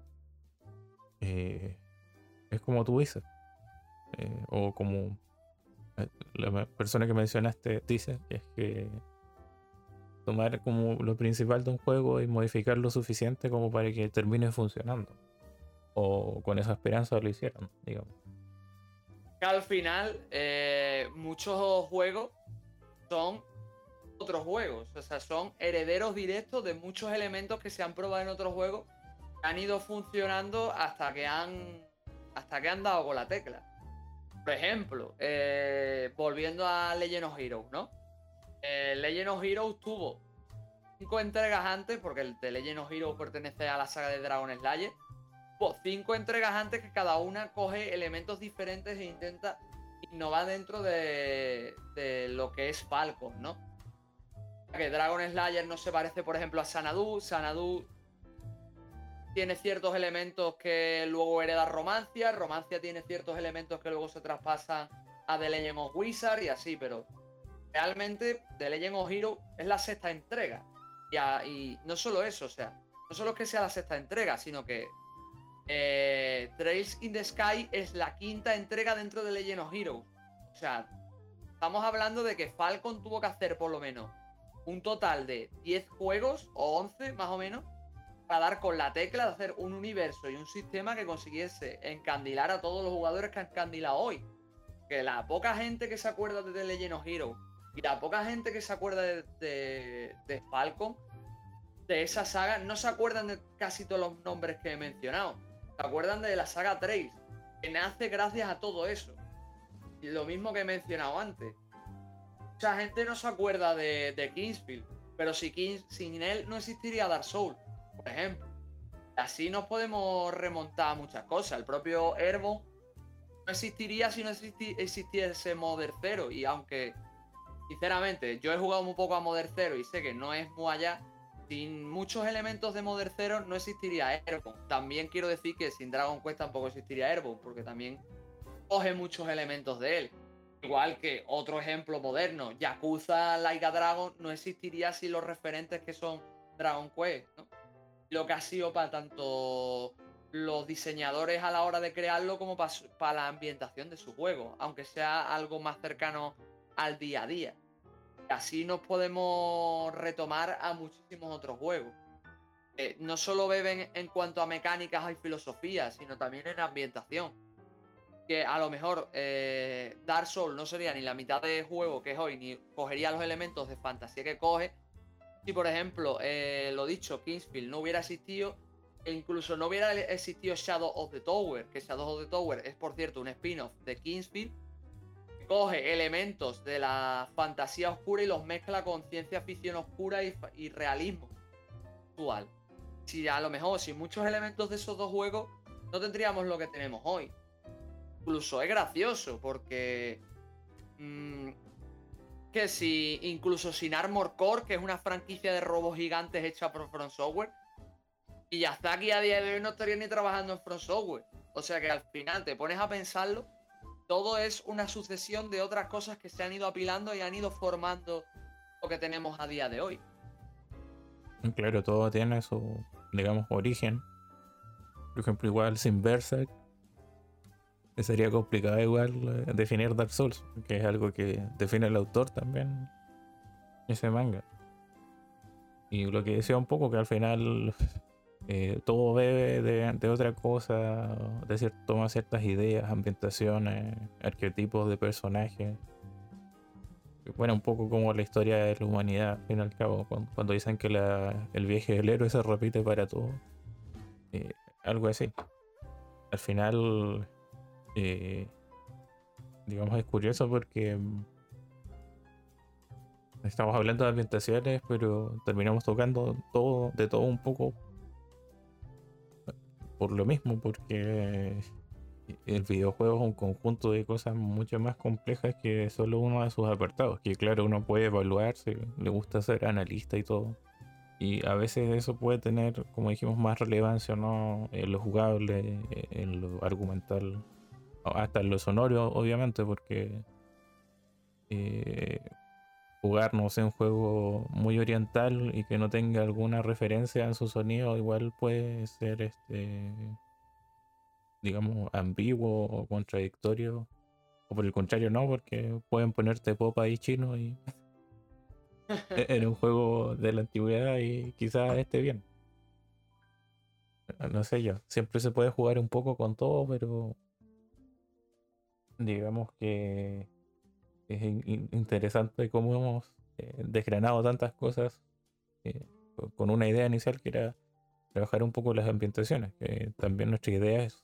eh, es como tú dices, eh, o como eh, la persona que mencionaste dice, es que tomar como lo principal de un juego y modificar lo suficiente como para que termine funcionando. O con esa esperanza lo hicieron, digamos. Que al final, eh, muchos juegos son otros juegos, o sea, son herederos directos de muchos elementos que se han probado en otros juegos, que han ido funcionando hasta que han hasta que han dado con la tecla. Por ejemplo, eh, volviendo a Legend of Heroes, ¿no? Eh, Legend of Heroes tuvo cinco entregas antes, porque el de Legend of Heroes pertenece a la saga de Dragon Slayer. Tuvo cinco entregas antes que cada una coge elementos diferentes e intenta innovar dentro de, de lo que es Falcon, ¿no? Que Dragon Slayer no se parece, por ejemplo, a Xanadu. Xanadu tiene ciertos elementos que luego hereda Romancia. Romancia tiene ciertos elementos que luego se traspasan a The Legend of Wizard y así, pero realmente The Legend of Heroes es la sexta entrega. Y, a, y no solo eso, o sea, no solo es que sea la sexta entrega, sino que eh, Trails in the Sky es la quinta entrega dentro de Legend of Heroes. O sea, estamos hablando de que Falcon tuvo que hacer por lo menos un total de diez juegos o once más o menos para dar con la tecla de hacer un universo y un sistema que consiguiese encandilar a todos los jugadores que han encandilado hoy. Que la poca gente que se acuerda de The Legend of Heroes y la poca gente que se acuerda de, de, de Falcon, de esa saga, no se acuerdan de casi todos los nombres que he mencionado. Se acuerdan de la saga Trails, que nace gracias a todo eso. Y lo mismo que he mencionado antes. Mucha gente no se acuerda de, de Kingsfield, pero si King, sin él no existiría Dark Souls, por ejemplo. Así nos podemos remontar a muchas cosas. El propio Airborne no existiría si no existi existiese Modern Zero. Y aunque, sinceramente, yo he jugado muy poco a Modern Zero y sé que no es muy allá, sin muchos elementos de Modern Zero no existiría Airborne. También quiero decir que sin Dragon Quest tampoco existiría Airborne, porque también coge muchos elementos de él. Igual que otro ejemplo moderno, Yakuza Like a Dragon no existiría sin los referentes que son Dragon Quest, ¿no? Lo que ha sido para tanto los diseñadores a la hora de crearlo como para, para la ambientación de su juego, aunque sea algo más cercano al día a día. Y así nos podemos retomar a muchísimos otros juegos. Eh, no solo beben en cuanto a mecánicas y filosofía, sino también en ambientación. Que a lo mejor eh, Dark Souls no sería ni la mitad de juego que es hoy, ni cogería los elementos de fantasía que coge. Si, por ejemplo, eh, lo dicho, Kingsfield no hubiera existido, e incluso no hubiera existido Shadow of the Tower, que Shadow of the Tower es, por cierto, un spin-off de Kingsfield, que coge elementos de la fantasía oscura y los mezcla con ciencia ficción oscura y, y realismo actual. Si a lo mejor, sin muchos elementos de esos dos juegos, no tendríamos lo que tenemos hoy. Incluso es gracioso, porque... Mmm, que si incluso sin Armor Core, que es una franquicia de robos gigantes hecha por From Software, Miyazaki a día de hoy no estaría ni trabajando en From Software. O sea que al final te pones a pensarlo, todo es una sucesión de otras cosas que se han ido apilando y han ido formando lo que tenemos a día de hoy. Claro, todo tiene su, digamos, origen. Por ejemplo, igual sin Berserk sería complicado igual eh, definir Dark Souls, que es algo que define el autor también, ese manga. Y lo que decía un poco, que al final eh, todo bebe de, de otra cosa, de cier toma ciertas ideas, ambientaciones, arquetipos de personajes. Bueno, un poco como la historia de la humanidad, al fin y al cabo, cuando, cuando dicen que la, el viaje del héroe se repite para todo. Eh, algo así. Al final... Eh, digamos, es curioso porque estamos hablando de ambientaciones, pero terminamos tocando todo, de todo un poco por lo mismo, porque el videojuego es un conjunto de cosas mucho más complejas que solo uno de sus apartados, que claro, uno puede evaluar si le gusta ser analista y todo, y a veces eso puede tener, como dijimos, más relevancia, ¿no? En lo jugable, en lo argumental, hasta en lo sonoro, obviamente, porque eh, jugar, no sé, un juego muy oriental y que no tenga alguna referencia en su sonido, igual puede ser, este, digamos, ambiguo o contradictorio. O por el contrario, no, porque pueden ponerte pop ahí chino y en un juego de la antigüedad y quizás esté bien. No sé yo, siempre se puede jugar un poco con todo, pero digamos que es in interesante cómo hemos eh, desgranado tantas cosas eh, con una idea inicial que era trabajar un poco las ambientaciones, que también nuestra idea es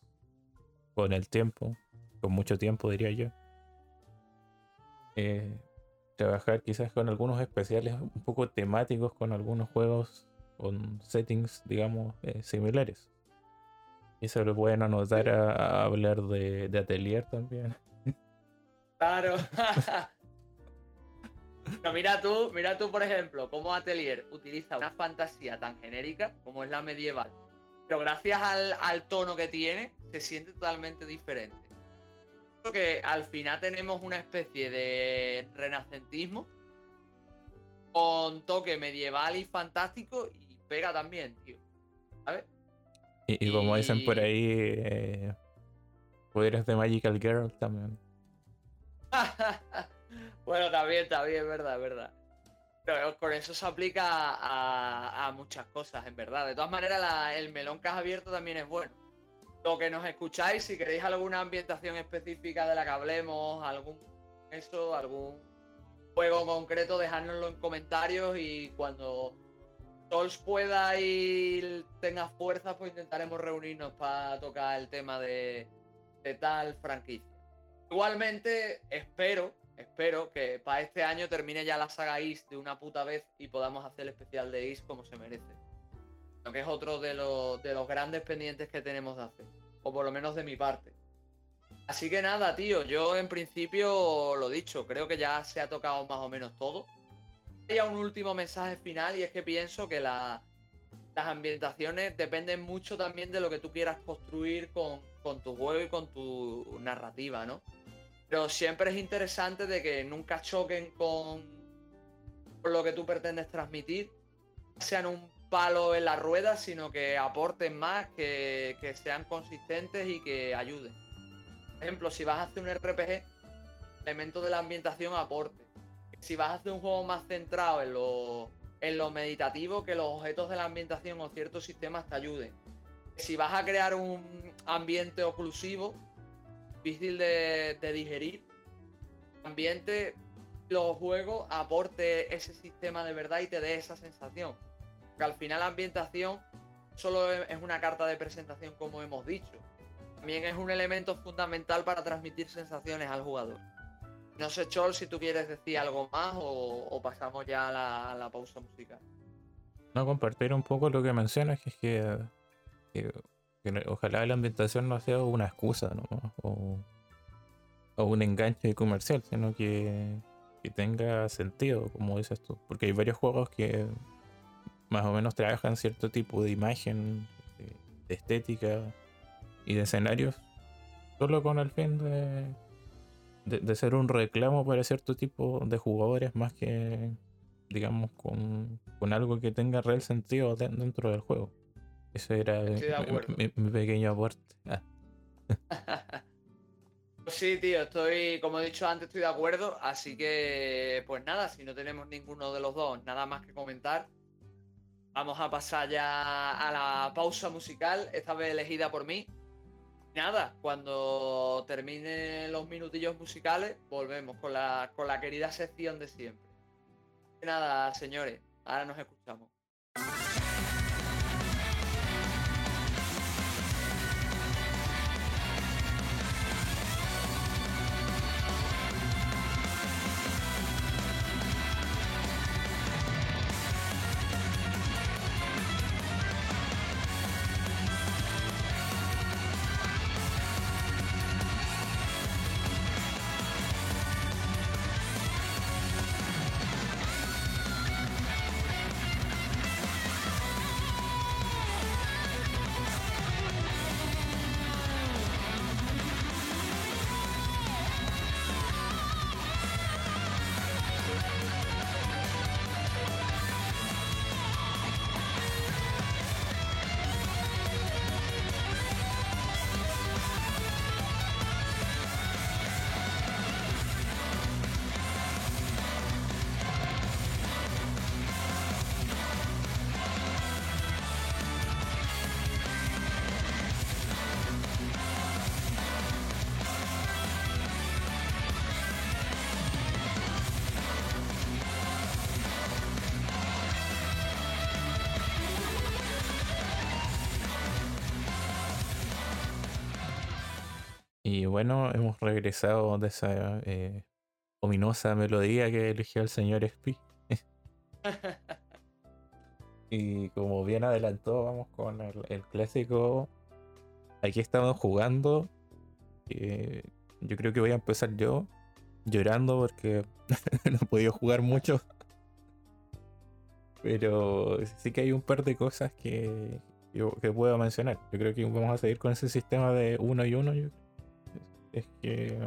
con el tiempo, con mucho tiempo diría yo, eh, trabajar quizás con algunos especiales un poco temáticos con algunos juegos con settings, digamos, eh, similares. Y se lo pueden anotar Sí. a, a hablar de, de Atelier también. Claro. Pero mira tú, mira tú, por ejemplo, cómo Atelier utiliza una fantasía tan genérica como es la medieval. Pero gracias al, al tono que tiene, se siente totalmente diferente. Creo que al final tenemos una especie de renacentismo con toque medieval y fantástico y pega también, tío. ¿Sabes? Y, y como dicen por Y... ahí, eh, poderes de Magical Girl también. bueno, también, también, es verdad, es verdad. Pero con eso se aplica a, a muchas cosas, en verdad. De todas maneras, la- el melón que has abierto también es bueno. Lo que nos escucháis, si queréis alguna ambientación específica de la que hablemos, algún eso, algún juego concreto, dejárnoslo en comentarios y cuando Sols pueda y tenga fuerza, pues intentaremos reunirnos para tocar el tema de, de tal franquicia. Igualmente, espero, espero que para este año termine ya la saga Is de una puta vez y podamos hacer el especial de Is como se merece. Lo que es otro de los, de los grandes pendientes que tenemos de hacer. O por lo menos de mi parte. Así que nada, tío, yo en principio lo dicho, creo que ya se ha tocado más o menos todo. Hay un último mensaje final y es que pienso que la, las ambientaciones dependen mucho también de lo que tú quieras construir con, con tu juego y con tu narrativa, ¿no? Pero siempre es interesante de que nunca choquen con, con lo que tú pretendes transmitir, sean un palo en la rueda, sino que aporten más, que, que sean consistentes y que ayuden. Por ejemplo, si vas a hacer un R P G, elementos de la ambientación aporte. Si vas a hacer un juego más centrado en lo, en lo meditativo, que los objetos de la ambientación o ciertos sistemas te ayuden. Si vas a crear un ambiente oclusivo, difícil de, de digerir, ambiente, los juegos aporte ese sistema de verdad y te dé esa sensación. Porque al final la ambientación solo es una carta de presentación, como hemos dicho. También es un elemento fundamental para transmitir sensaciones al jugador. No sé, Chol, si tú quieres decir algo más o, o pasamos ya a la, a la pausa musical. No, compartir un poco lo que mencionas, que es que, que, que ojalá la ambientación no sea una excusa, ¿no? O, o un enganche comercial, sino que, que tenga sentido, como dices tú. Porque hay varios juegos que más o menos trabajan cierto tipo de imagen, de, de estética y de escenarios, solo con el fin de, de, de ser un reclamo para cierto tipo de jugadores, más que, digamos, con, con algo que tenga real sentido de- dentro del juego. Ese era Estoy de mi, acuerdo. mi- mi pequeño aporte. Ah. Pues sí, tío, estoy, como he dicho antes, estoy de acuerdo. Así que, pues nada, si no tenemos ninguno de los dos nada más que comentar, vamos a pasar ya a la pausa musical, esta vez elegida por mí. Nada, cuando termine los minutillos musicales, volvemos con la, con la querida sección de siempre. Nada, señores, ahora nos escuchamos. Y bueno, hemos regresado de esa eh, ominosa melodía que eligió el señor Spi. Y como bien adelantó, vamos con el, el clásico. Aquí estamos jugando. Eh, yo creo que voy a empezar yo llorando porque no he podido jugar mucho. Pero sí que hay un par de cosas que, que, que puedo mencionar. Yo creo que vamos a seguir con ese sistema de uno y uno. Yo, es que.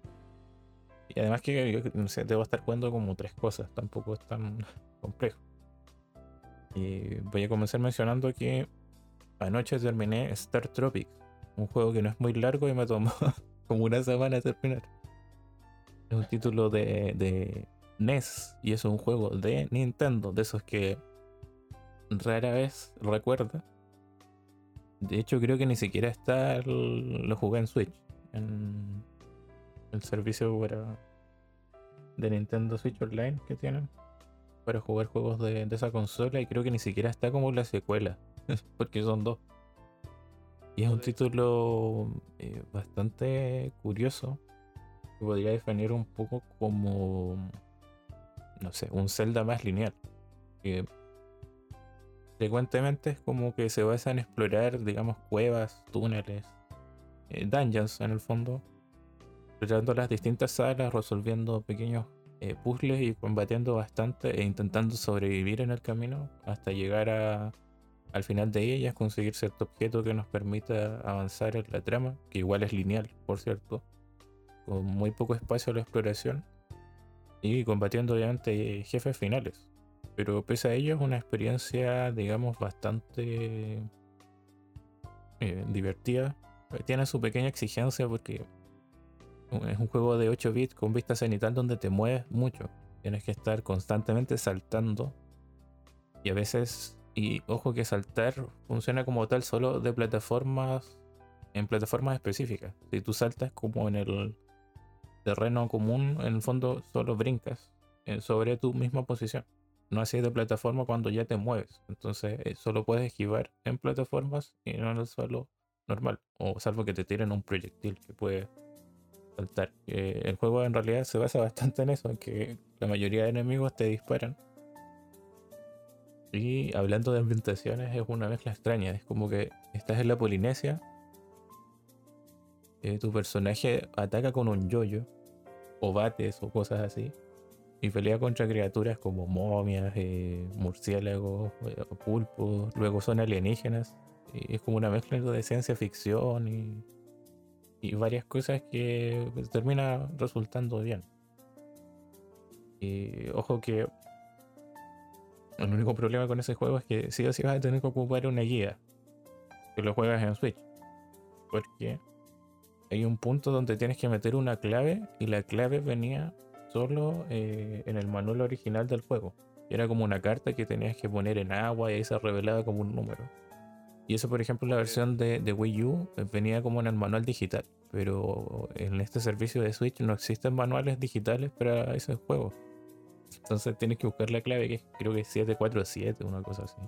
Y además que yo no sé, debo estar jugando como tres cosas. Tampoco es tan complejo. Y voy a comenzar mencionando que anoche terminé Star Tropics, un juego que no es muy largo y me tomó como una semana terminar. Es un título de, de N E S y es un juego de Nintendo, de esos que rara vez recuerda. De hecho, creo que ni siquiera está el, lo jugué en Switch, en el servicio para, de Nintendo Switch Online que tienen para jugar juegos de, de esa consola, y creo que ni siquiera está como la secuela, porque son dos. Y es un título eh, bastante curioso, que podría definir un poco como, no sé, un Zelda más lineal. Que frecuentemente es como que se basa en explorar, digamos, cuevas, túneles, eh, dungeons en el fondo, explorando las distintas salas, resolviendo pequeños eh, puzzles y combatiendo bastante e intentando sobrevivir en el camino hasta llegar a al final de ellas, conseguir cierto objeto que nos permita avanzar en la trama, que igual es lineal, por cierto, con muy poco espacio a la exploración, y combatiendo obviamente jefes finales. Pero pese a ello es una experiencia, digamos, bastante eh, divertida. Tiene su pequeña exigencia porque es un juego de ocho bits con vista cenital donde te mueves mucho. Tienes que estar constantemente saltando y a veces... Y ojo que saltar funciona como tal solo de plataformas, en plataformas específicas. Si tú saltas como en el terreno común, en el fondo solo brincas eh, sobre tu misma posición. No así de plataforma cuando ya te mueves. Entonces eh, solo puedes esquivar en plataformas y no en el suelo normal. O salvo que te tiren un proyectil que puede saltar. Eh, el juego en realidad se basa bastante en eso, en que la mayoría de enemigos te disparan. Y hablando de ambientaciones, es una mezcla extraña. Es como que estás en la Polinesia, eh, tu personaje ataca con un yoyo, o bates, o cosas así, y pelea contra criaturas como momias, eh, murciélagos, eh, pulpos, luego son alienígenas. Y es como una mezcla de ciencia ficción y, y varias cosas que pues, termina resultando bien. Y ojo que el único problema con ese juego es que sí o sí vas a tener que ocupar una guía que lo juegas en Switch, porque hay un punto donde tienes que meter una clave y la clave venía solo eh, en el manual original del juego. Y era como una carta que tenías que poner en agua y ahí se revelaba como un número. Y eso, por ejemplo, la versión de, de Wii U eh, venía como en el manual digital, pero en este servicio de Switch no existen manuales digitales para ese juego. Entonces tienes que buscar la clave, que creo que es siete cuatro siete, una cosa así.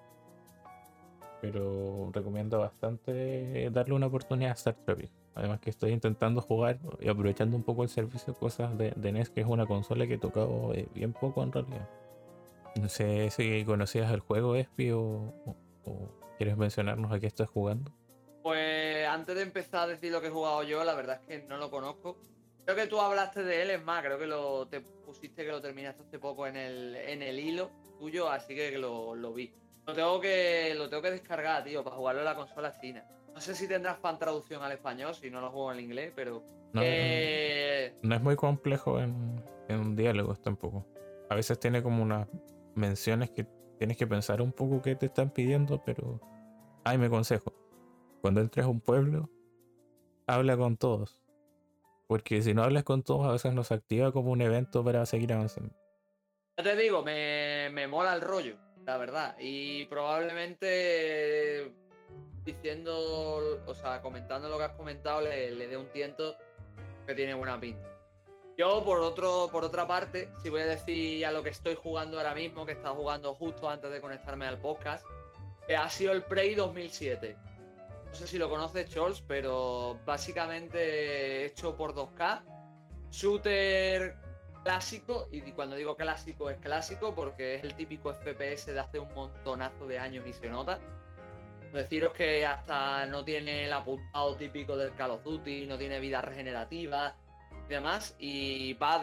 Pero recomiendo bastante darle una oportunidad a Star Tropics. Además que estoy intentando jugar y aprovechando un poco el servicio, cosas de, de N E S, que es una consola que he tocado eh, bien poco en realidad. No sé si conocías el juego, Espi, o, o, o quieres mencionarnos a qué estás jugando. Pues antes de empezar a decir lo que he jugado yo, la verdad es que no lo conozco. Creo que tú hablaste de él, es más, creo que lo te pusiste que lo terminaste hace poco en el, en el hilo tuyo, así que lo, lo vi. Lo tengo que lo tengo que descargar, tío, para jugarlo en la consola china. No sé si tendrás fan traducción al español, si no lo juego en inglés, pero... No, eh... no es muy complejo en, en diálogos tampoco. A veces tiene como unas menciones que tienes que pensar un poco qué te están pidiendo, pero... Ay, me aconsejo. Cuando entres a un pueblo, habla con todos. Porque si no hablas con todos, a veces nos activa como un evento para seguir avanzando. Ya te digo, me, me mola el rollo, la verdad. Y probablemente diciendo, o sea, comentando lo que has comentado, le, le dé un tiento que tiene buena pinta. Yo, por otro, por otra parte, si voy a decir a lo que estoy jugando ahora mismo, que he estado jugando justo antes de conectarme al podcast, que ha sido el Prey dos mil siete. No sé si lo conoces, Scholz, pero básicamente hecho por dos K. Shooter clásico, y cuando digo clásico es clásico porque es el típico F P S de hace un montonazo de años y se nota. Deciros que hasta no tiene el apuntado típico del Call of Duty, no tiene vida regenerativa y demás, y va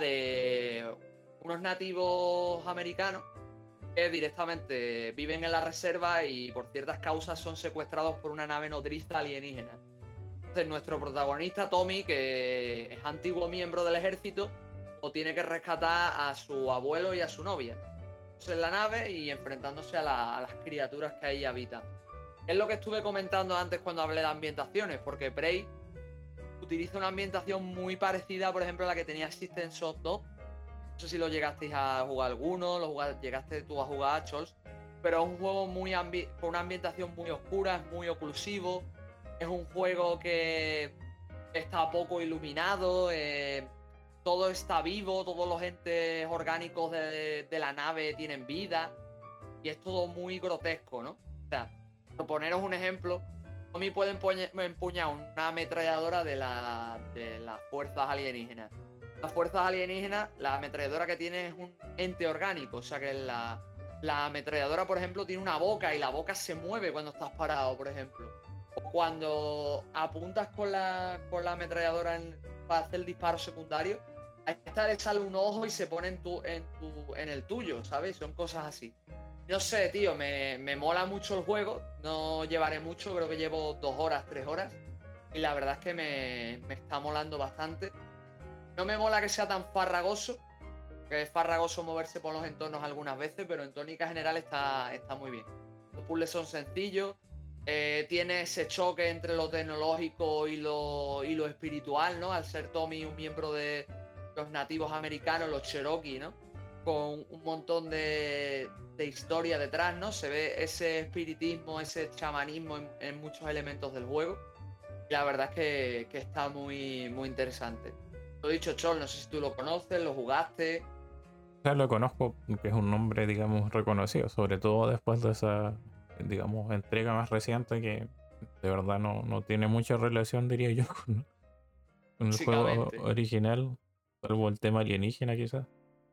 de unos nativos americanos que directamente viven en la reserva y por ciertas causas son secuestrados por una nave nodriza alienígena. Entonces nuestro protagonista, Tommy, que es antiguo miembro del ejército, o tiene que rescatar a su abuelo y a su novia en la nave y enfrentándose a, la, a las criaturas que ahí habitan. Es lo que estuve comentando antes cuando hablé de ambientaciones, porque Prey utiliza una ambientación muy parecida, por ejemplo, a la que tenía System Shock dos. No sé si lo llegasteis a jugar alguno, lo jugaste, llegaste tú a jugar, Chols, pero es un juego muy ambi con una ambientación muy oscura, es muy oclusivo, es un juego que está poco iluminado, eh, todo está vivo, todos los entes orgánicos de, de la nave tienen vida y es todo muy grotesco, ¿no? O sea, por poneros un ejemplo, Tommy puede empuñar una ametralladora de, la, de las fuerzas alienígenas. Las fuerzas alienígenas, la ametralladora que tiene es un ente orgánico, o sea que la, la ametralladora, por ejemplo, tiene una boca y la boca se mueve cuando estás parado, por ejemplo. O cuando apuntas con la, con la ametralladora en, para hacer el disparo secundario, a esta le sale un ojo y se pone en, tu, en, tu, en el tuyo, ¿sabes? Son cosas así. No sé, tío, me, me mola mucho el juego, no llevaré mucho, creo que llevo dos horas, tres horas, y la verdad es que me, me está molando bastante. No me mola que sea tan farragoso, que es farragoso moverse por los entornos algunas veces, pero en tónica general está, está muy bien. Los puzzles son sencillos, eh, tiene ese choque entre lo tecnológico y lo, y lo espiritual, ¿no? Al ser Tommy un miembro de los nativos americanos, los Cherokee, ¿no? Con un montón de, de historia detrás, ¿no? Se ve ese espiritismo, ese chamanismo en, en muchos elementos del juego. Y la verdad es que, que está muy, muy interesante. Lo dicho, Chol, no sé si tú lo conoces, lo jugaste. O sea, lo conozco, que es un nombre, digamos, reconocido, sobre todo después de esa, digamos, entrega más reciente que de verdad no, no tiene mucha relación, diría yo, con, con el juego original, salvo el tema alienígena quizás.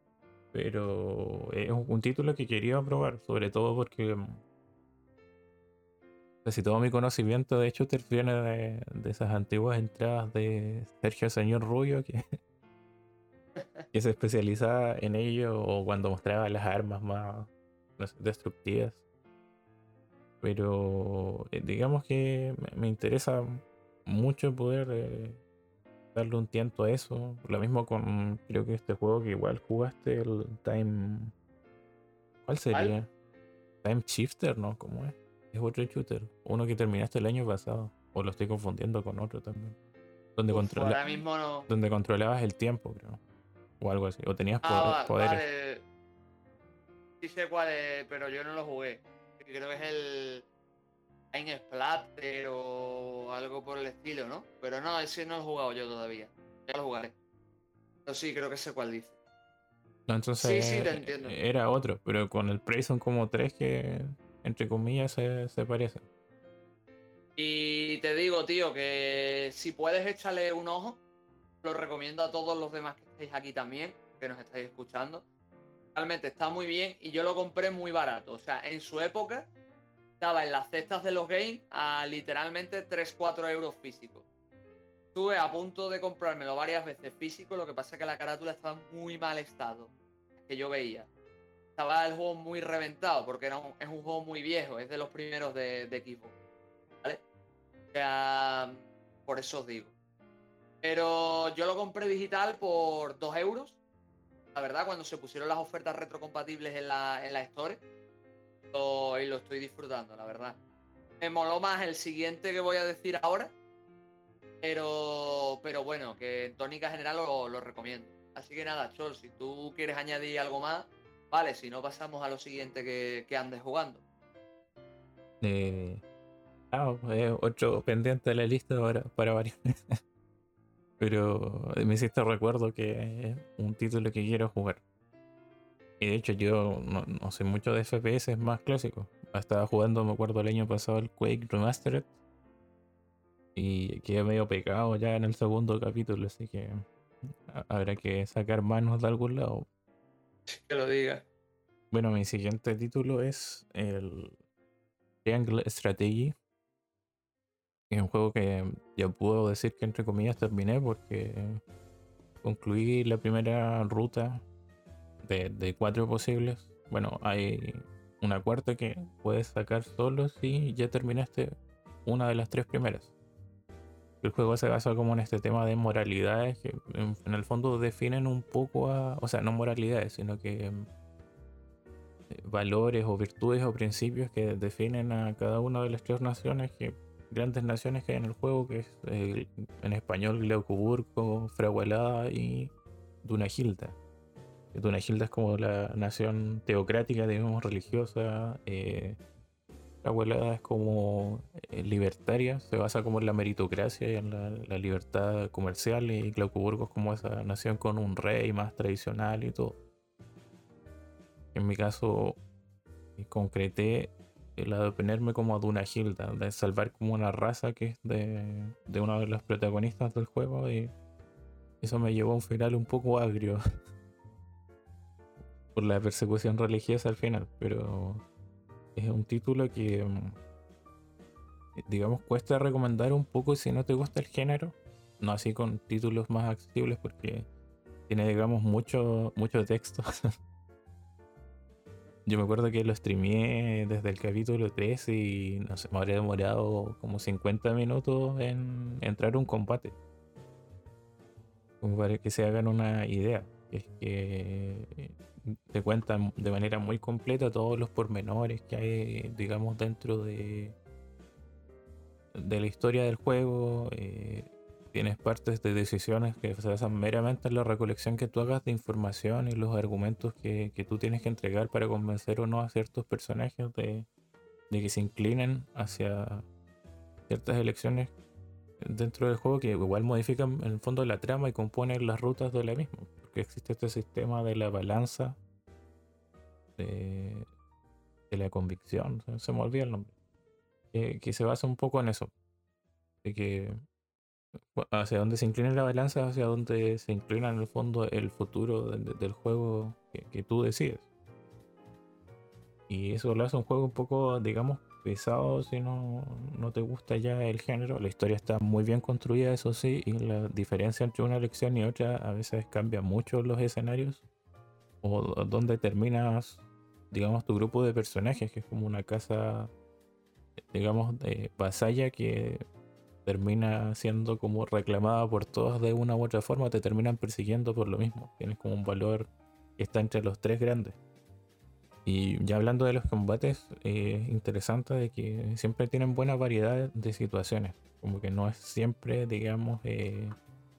Pero es un título que quería probar, sobre todo porque casi todo mi conocimiento de shooter viene de, de esas antiguas entradas de Sergio Señor Rubio, que, que se especializaba en ello, o cuando mostraba las armas más no sé, destructivas. Pero eh, digamos que me, me interesa mucho poder eh, darle un tiento a eso. Lo mismo con, creo que este juego que igual jugaste, el Time... ¿Cuál sería? ¿Cuál? Time Shifter, ¿no? ¿Cómo es? Es otro shooter. Uno que terminaste el año pasado. O lo estoy confundiendo con otro también. Donde, Uf, controla... ahora mismo no. donde controlabas el tiempo, creo. O algo así. O tenías Ah, poderes. vale. Sí sé cuál es, pero yo no lo jugué. Creo que es el Time Splatter o algo por el estilo, ¿no? Pero no, ese no lo he jugado yo todavía. Ya lo jugaré. Pero sí, creo que sé cuál dice. No, entonces Sí, sí, te entiendo. era otro. Pero con el Prey son como tres que, entre comillas, se, se parecen. Y te digo, tío, que si puedes echarle un ojo, lo recomiendo a todos los demás que estáis aquí también, que nos estáis escuchando. Realmente está muy bien y yo lo compré muy barato. O sea, en su época estaba en las cestas de los games a literalmente tres cuatro euros físicos. Estuve a punto de comprármelo varias veces físico, lo que pasa es que la carátula estaba en muy mal estado, que yo veía. Estaba el juego muy reventado porque era un, es un juego muy viejo, es de los primeros de, de Xbox. ¿Vale? O sea, por eso os digo. Pero yo lo compré digital por dos euros. La verdad, cuando se pusieron las ofertas retrocompatibles en la, en la Store. Lo, y lo estoy disfrutando, la verdad. Me moló más el siguiente que voy a decir ahora. Pero, pero bueno, que en tónica general lo, lo recomiendo. Así que nada, Chol, si tú quieres añadir algo más, vale, si no pasamos a lo siguiente que, que andes jugando. Eh, ah, eh, otro pendiente de la lista para, para varios. Pero me hiciste recuerdo que es un título que quiero jugar. Y de hecho yo no, no sé mucho de F P S más clásicos. Estaba jugando, me acuerdo, el año pasado el Quake Remastered. Y quedé medio pecado ya en el segundo capítulo, así que Ha- Habrá que sacar manos de algún lado. Que lo diga. Bueno, mi siguiente título es el Triangle Strategy. Es un juego que ya puedo decir que entre comillas terminé porque concluí la primera ruta de, de cuatro posibles. Bueno, hay una cuarta que puedes sacar solo si ya terminaste una de las tres primeras. El juego se basa como en este tema de moralidades que en, en el fondo definen un poco a, o sea, no moralidades, sino que eh, valores o virtudes o principios que definen a cada una de las tres naciones, que grandes naciones que hay en el juego, que es eh, en español Glaucoburgo, Fragualada y Dunahilda. Dunahilda es como la nación teocrática, digamos, religiosa. Eh, Fragualada es como eh, libertaria, se basa como en la meritocracia y en la, la libertad comercial. Y Glaucoburgo es como esa nación con un rey más tradicional y todo. En mi caso, y concreté la de ponerme como a Dunahilda, de salvar como una raza que es de, de uno de los protagonistas del juego, y eso me llevó a un final un poco agrio por la persecución religiosa al final, pero es un título que mm, digamos cuesta recomendar un poco si no te gusta el género, no así con títulos más accesibles porque tiene digamos mucho, mucho texto. Yo me acuerdo que lo streameé desde el capítulo tres y no sé, me habría demorado como cincuenta minutos en entrar a un combate. Como para que se hagan una idea. Es que te cuentan de manera muy completa todos los pormenores que hay, digamos, dentro de, de la historia del juego. Eh, tienes partes de decisiones que se basan meramente en la recolección que tú hagas de información y los argumentos que, que tú tienes que entregar para convencer o no a ciertos personajes de, de que se inclinen hacia ciertas elecciones dentro del juego que igual modifican en el fondo la trama y componen las rutas de la misma. Porque existe este sistema de la balanza de, de la convicción, se, se me olvida el nombre, que, que se basa un poco en eso, de que bueno, hacia donde se inclina la balanza, hacia donde se inclina en el fondo el futuro de- de- del juego que, que tú decides. Y eso lo hace un juego un poco, digamos, pesado si no, no te gusta ya el género. La historia está muy bien construida, eso sí, y la diferencia entre una elección y otra a veces cambia mucho los escenarios o do- dónde terminas, digamos, tu grupo de personajes, que es como una casa, digamos, de vasalla que termina siendo como reclamada por todos de una u otra forma, te terminan persiguiendo por lo mismo. Tienes como un valor que está entre los tres grandes. Y ya hablando de los combates, eh, es interesante de que siempre tienen buena variedad de situaciones. Como que no es siempre, digamos, eh,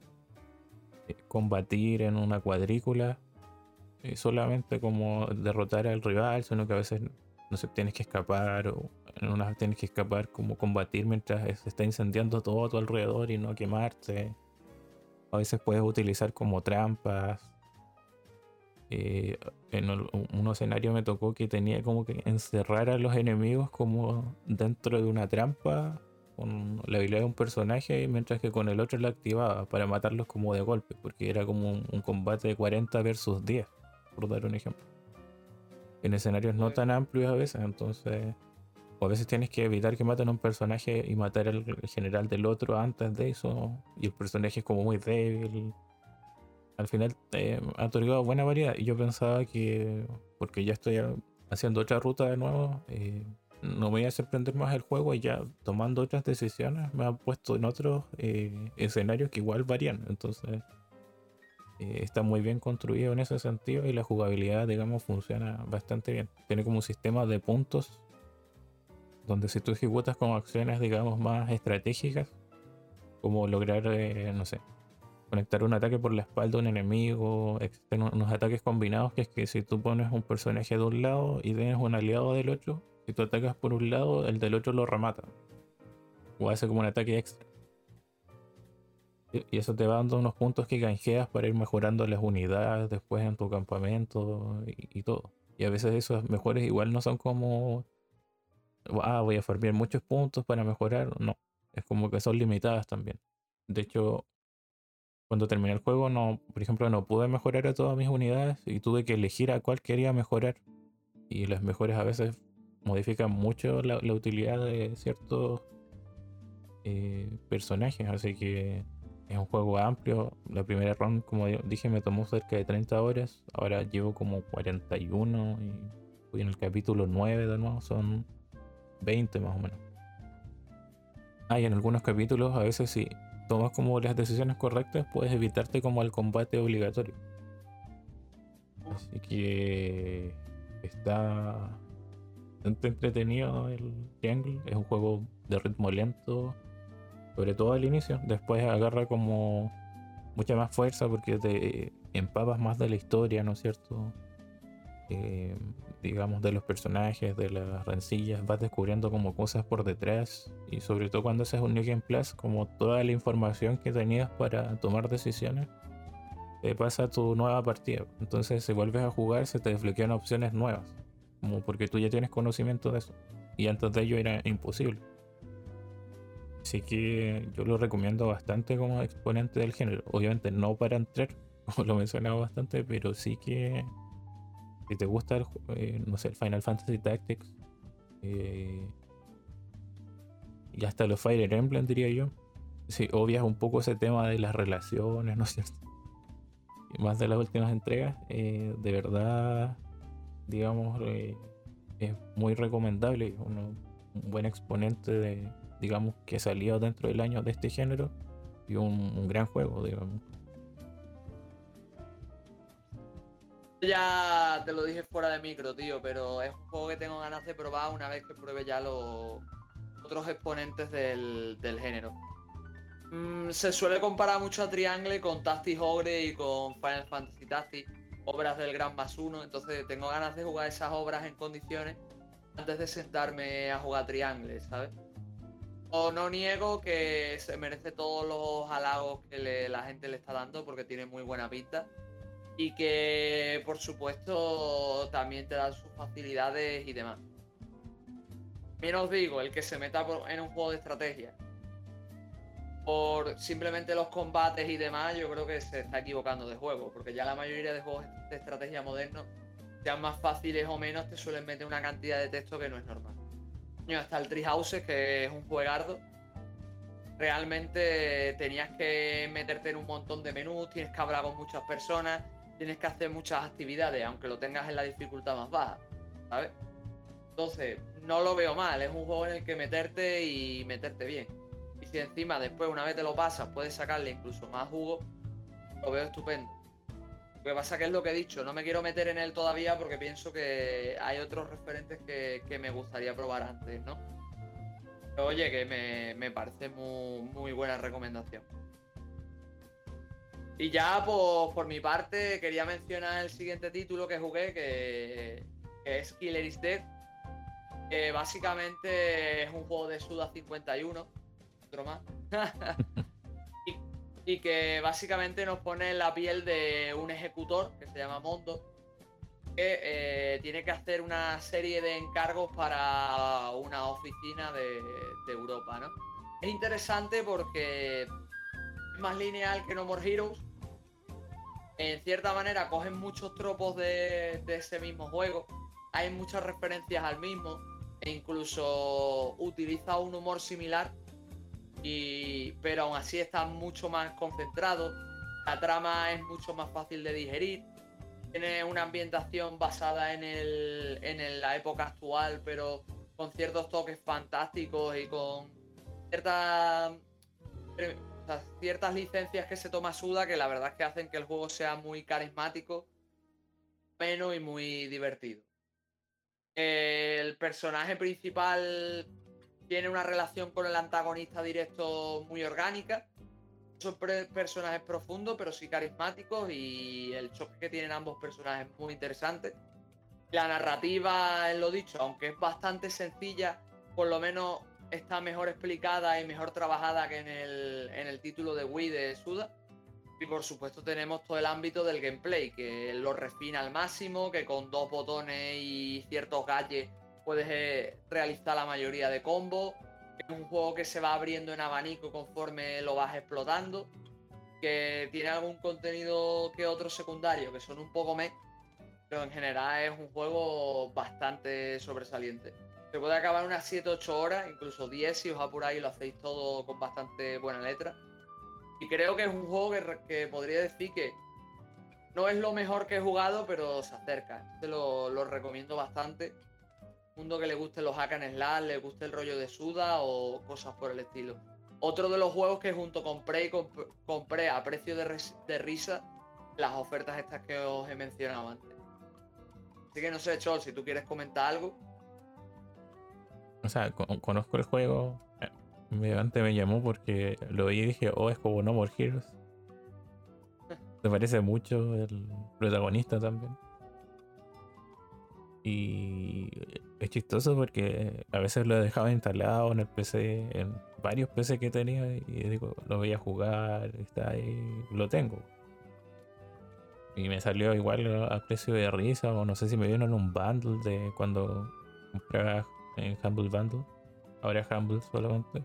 eh, combatir en una cuadrícula, eh, solamente como derrotar al rival, sino que a veces, no sé, tienes que escapar, o en unas tienes que escapar como combatir mientras se está incendiando todo a tu alrededor y no quemarte. A veces puedes utilizar como trampas. Eh, en ol- un escenario me tocó que tenía como que encerrar a los enemigos como dentro de una trampa con la habilidad de un personaje, mientras que con el otro la activaba para matarlos como de golpe, porque era como un, un combate de cuarenta versus diez, por dar un ejemplo. En escenarios no Pues, tan amplios a veces, entonces, o a veces tienes que evitar que maten a un personaje y matar al general del otro antes de eso, y el personaje es como muy débil. Al final eh, ha otorgado buena variedad y yo pensaba que, porque ya estoy a- haciendo otra ruta de nuevo, eh, no me iba a sorprender más el juego y ya tomando otras decisiones me ha puesto en otros eh, escenarios que igual varían. Entonces eh, está muy bien construido en ese sentido y la jugabilidad, digamos, funciona bastante bien. Tiene como un sistema de puntos donde si tú ejecutas como acciones, digamos, más estratégicas, como lograr, eh, no sé, conectar un ataque por la espalda a un enemigo. Existen unos ataques combinados que es que si tú pones un personaje de un lado y tienes un aliado del otro, si tú atacas por un lado, el del otro lo remata. O hace como un ataque extra. Y y eso te va dando unos puntos que canjeas para ir mejorando las unidades después en tu campamento y, y todo. Y a veces esos mejores igual no son como, ah, voy a farmear muchos puntos para mejorar. No, es como que son limitadas también. De hecho, Cuando terminé el juego, no, por ejemplo, no pude mejorar a todas mis unidades y tuve que elegir a cuál quería mejorar. Y las mejores a veces modifican mucho la, la utilidad de ciertos eh, personajes, así que es un juego amplio. La primera run, como dije, me tomó cerca de treinta horas. Ahora llevo como cuarenta y uno y voy en el capítulo nueve de nuevo, son veinte más o menos. Ah, y en algunos capítulos a veces si tomas como las decisiones correctas puedes evitarte como el combate obligatorio. Así que está bastante entretenido el Triangle. Es un juego de ritmo lento, sobre todo al inicio. Después agarra como mucha más fuerza porque te empapas más de la historia, ¿no es cierto? Eh, digamos, de los personajes, de las rencillas, vas descubriendo como cosas por detrás. Y sobre todo cuando haces un New Game Plus, como toda la información que tenías para tomar decisiones te pasa a tu nueva partida. Entonces si vuelves a jugar se te desbloquean opciones nuevas, como porque tú ya tienes conocimiento de eso y antes de ello era imposible. Así que yo lo recomiendo bastante como exponente del género. Obviamente no para entrar, como lo mencionaba bastante, pero sí que si te gusta el, eh, no sé, el Final Fantasy Tactics eh, y hasta los Fire Emblem diría yo, si obvias un poco ese tema de las relaciones, ¿no es cierto? Y más de las últimas entregas, eh, de verdad, digamos, eh, es muy recomendable. Uno, un buen exponente de, digamos, que salió dentro del año de este género y un, un gran juego, digamos. Ya te lo dije fuera de micro, tío, pero es un juego que tengo ganas de probar una vez que pruebe ya los otros exponentes del, del género. Mm, se suele comparar mucho a Triangle con Tactics Ogre y con Final Fantasy Tactics, obras del Gran Más Uno, entonces tengo ganas de jugar esas obras en condiciones antes de sentarme a jugar Triangle, ¿sabes? O no niego que se merece todos los halagos que le- la gente le está dando porque tiene muy buena pinta y que por supuesto también te dan sus facilidades y demás. Bien os digo, el que se meta por- en un juego de estrategia por simplemente los combates y demás, yo creo que se está equivocando de juego, porque ya la mayoría de juegos de estrategia modernos, sean más fáciles o menos, te suelen meter una cantidad de texto que no es normal. Coño, hasta el Tree Houses, que es un juegardo, realmente tenías que meterte en un montón de menús, tienes que hablar con muchas personas, tienes que hacer muchas actividades, aunque lo tengas en la dificultad más baja, ¿sabes? Entonces, no lo veo mal, es un juego en el que meterte y meterte bien. Y si encima después, una vez te lo pasas, puedes sacarle incluso más jugo, lo veo estupendo. Lo que pasa que es lo que he dicho, no me quiero meter en él todavía porque pienso que hay otros referentes que, que me gustaría probar antes, ¿no? Pero oye, que me, me parece muy, muy buena recomendación. Y ya por, por mi parte quería mencionar el siguiente título que jugué, que, que es Killer is Dead, que básicamente es un juego de Suda cincuenta y uno, otro más, y, y que básicamente nos pone en la piel de un ejecutor que se llama Mondo, que eh, tiene que hacer una serie de encargos para una oficina de, de Europa, ¿no? Es interesante porque es más lineal que No More Heroes. En cierta manera cogen muchos tropos de, de ese mismo juego. Hay muchas referencias al mismo. E incluso utiliza un humor similar. Y, pero aún así está mucho más concentrado. La trama es mucho más fácil de digerir. Tiene una ambientación basada en, el, en la época actual, pero con ciertos toques fantásticos y con ciertas, o sea, ciertas licencias que se toma Suda que la verdad es que hacen que el juego sea muy carismático, ameno y muy divertido. El personaje principal tiene una relación con el antagonista directo muy orgánica. Son personajes profundos, pero sí carismáticos, y el choque que tienen ambos personajes es muy interesante. La narrativa, es lo dicho, aunque es bastante sencilla, por lo menos está mejor explicada y mejor trabajada que en el, en el título de Wii de Suda. Y por supuesto tenemos todo el ámbito del gameplay, que lo refina al máximo, que con dos botones y ciertos gadgets puedes eh, realizar la mayoría de combos. Es un juego que se va abriendo en abanico conforme lo vas explotando. que tiene algún contenido que otro secundario, que son un poco meh, pero en general es un juego bastante sobresaliente. Se puede acabar unas siete ocho horas, incluso diez si os apuráis y lo hacéis todo con bastante buena letra. Y creo que es un juego que, que podría decir que no es lo mejor que he jugado, pero se acerca. Te lo, lo recomiendo bastante. Mundo que le guste los hack and slash, le guste el rollo de Suda o cosas por el estilo. Otro de los juegos que junto con Prey comp compré a precio de, de risa las ofertas estas que os he mencionado antes. Así que no sé, Chol, si tú quieres comentar algo. O sea, con conozco el juego. Mediante me llamó porque lo vi y dije, oh, es como No More Heroes. Se parece mucho el protagonista también. Y es chistoso porque a veces lo dejaba instalado en el P C, en varios P C que tenía, y digo, lo voy a jugar, está ahí, lo tengo. Y me salió igual a precio de risa, o no sé si me vieron en un bundle de cuando compraba en Humble Bundle. Ahora es Humble solamente.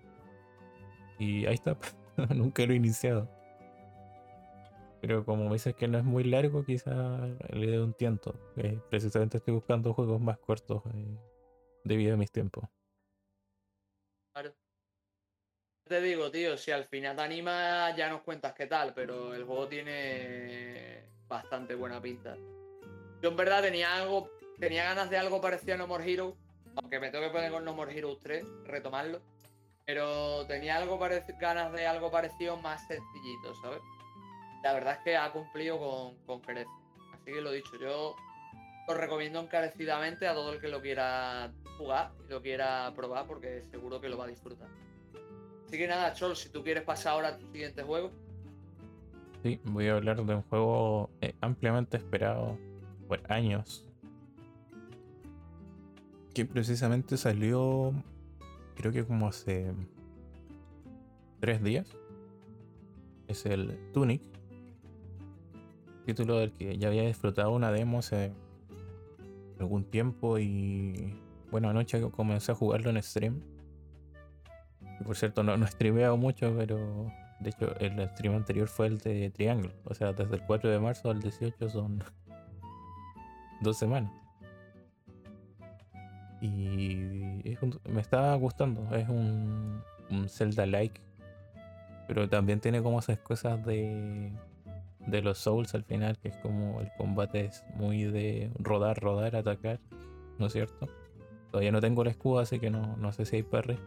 Y ahí está, nunca lo he iniciado. Pero como me dices que no es muy largo, quizá le dé un tiento. Eh, precisamente estoy buscando juegos más cortos eh, debido a mis tiempos. Claro. Te digo, tío, si al final te anima ya nos cuentas qué tal, pero el juego tiene bastante buena pinta. Yo en verdad tenía algo, tenía ganas de algo parecido a No More Heroes, aunque me tengo que poner con No More Heroes tres, retomarlo. Pero tenía algo ganas de algo parecido más sencillito, ¿sabes? La verdad es que ha cumplido con, con creces. Así que lo dicho, yo os recomiendo encarecidamente a todo el que lo quiera jugar y lo quiera probar, porque seguro que lo va a disfrutar. Así que nada, Chol, si tú quieres pasar ahora a tu siguiente juego. Sí, voy a hablar de un juego eh, ampliamente esperado por años. Que precisamente salió, creo que como hace tres días. Es el Tunic. Título del que ya había disfrutado una demo hace algún tiempo y bueno, anoche comencé a jugarlo en stream. Y por cierto, no, no he streameado mucho, pero de hecho el stream anterior fue el de Triangle. O sea, desde el cuatro de marzo al dieciocho son dos semanas. Y es un, me está gustando. Es un, un Zelda-like, pero también tiene como esas cosas de, de los Souls al final, que es como el combate es muy de rodar, rodar, atacar, ¿no es cierto? Todavía no tengo el escudo, así que no, no sé si hay parry.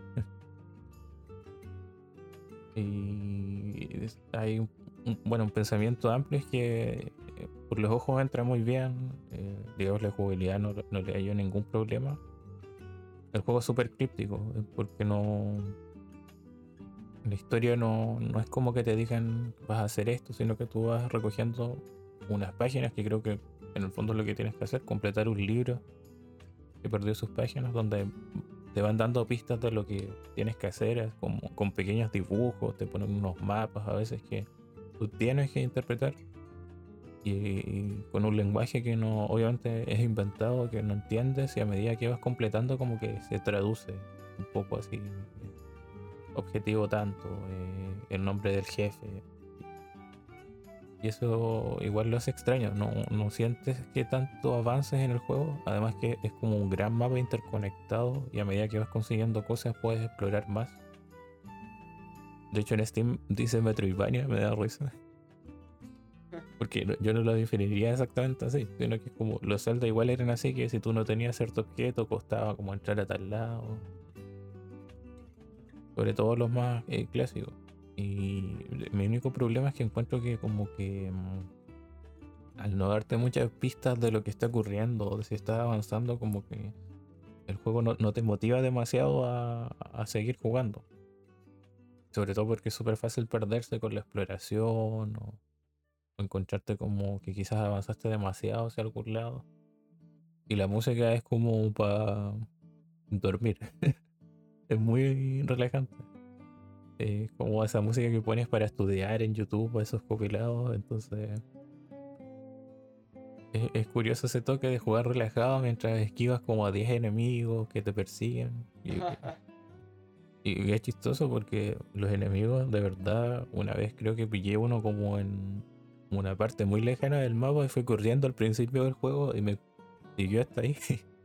Y hay un, un, bueno, un pensamiento amplio es que eh, por los ojos entra muy bien, eh, digamos la jugabilidad no, no le hallo ningún problema. El juego es súper críptico eh, porque no, la historia no, no es como que te digan vas a hacer esto, sino que tú vas recogiendo unas páginas que creo que en el fondo es lo que tienes que hacer, completar un libro que perdió sus páginas donde te van dando pistas de lo que tienes que hacer, como con pequeños dibujos, te ponen unos mapas a veces que tú tienes que interpretar y, y con un lenguaje que no, obviamente es inventado, que no entiendes, y a medida que vas completando como que se traduce un poco así, objetivo tanto, eh, el nombre del jefe. Y eso igual lo hace extraño, no, no sientes que tanto avances en el juego, además que es como un gran mapa interconectado y a medida que vas consiguiendo cosas puedes explorar más. De hecho en Steam dice Metroidvania, me da risa. Porque yo no lo definiría exactamente así, sino que como los Zelda igual eran así, que si tú no tenías cierto objeto costaba como entrar a tal lado. Sobre todo los más eh, clásicos. Y mi único problema es que encuentro que como que mmm, al no darte muchas pistas de lo que está ocurriendo o de si estás avanzando, como que el juego no, no te motiva demasiado a, a seguir jugando. Sobre todo porque es súper fácil perderse con la exploración o, o encontrarte como que quizás avanzaste demasiado hacia algún lado. Y la música es como para dormir. Es muy relajante. Eh, como esa música que pones para estudiar en YouTube, esos compilados. Entonces es, es curioso ese toque de jugar relajado mientras esquivas como a diez enemigos que te persiguen. Y, Y es chistoso porque los enemigos, de verdad, una vez creo que pillé uno como en una parte muy lejana del mapa y fui corriendo al principio del juego y me siguió hasta ahí.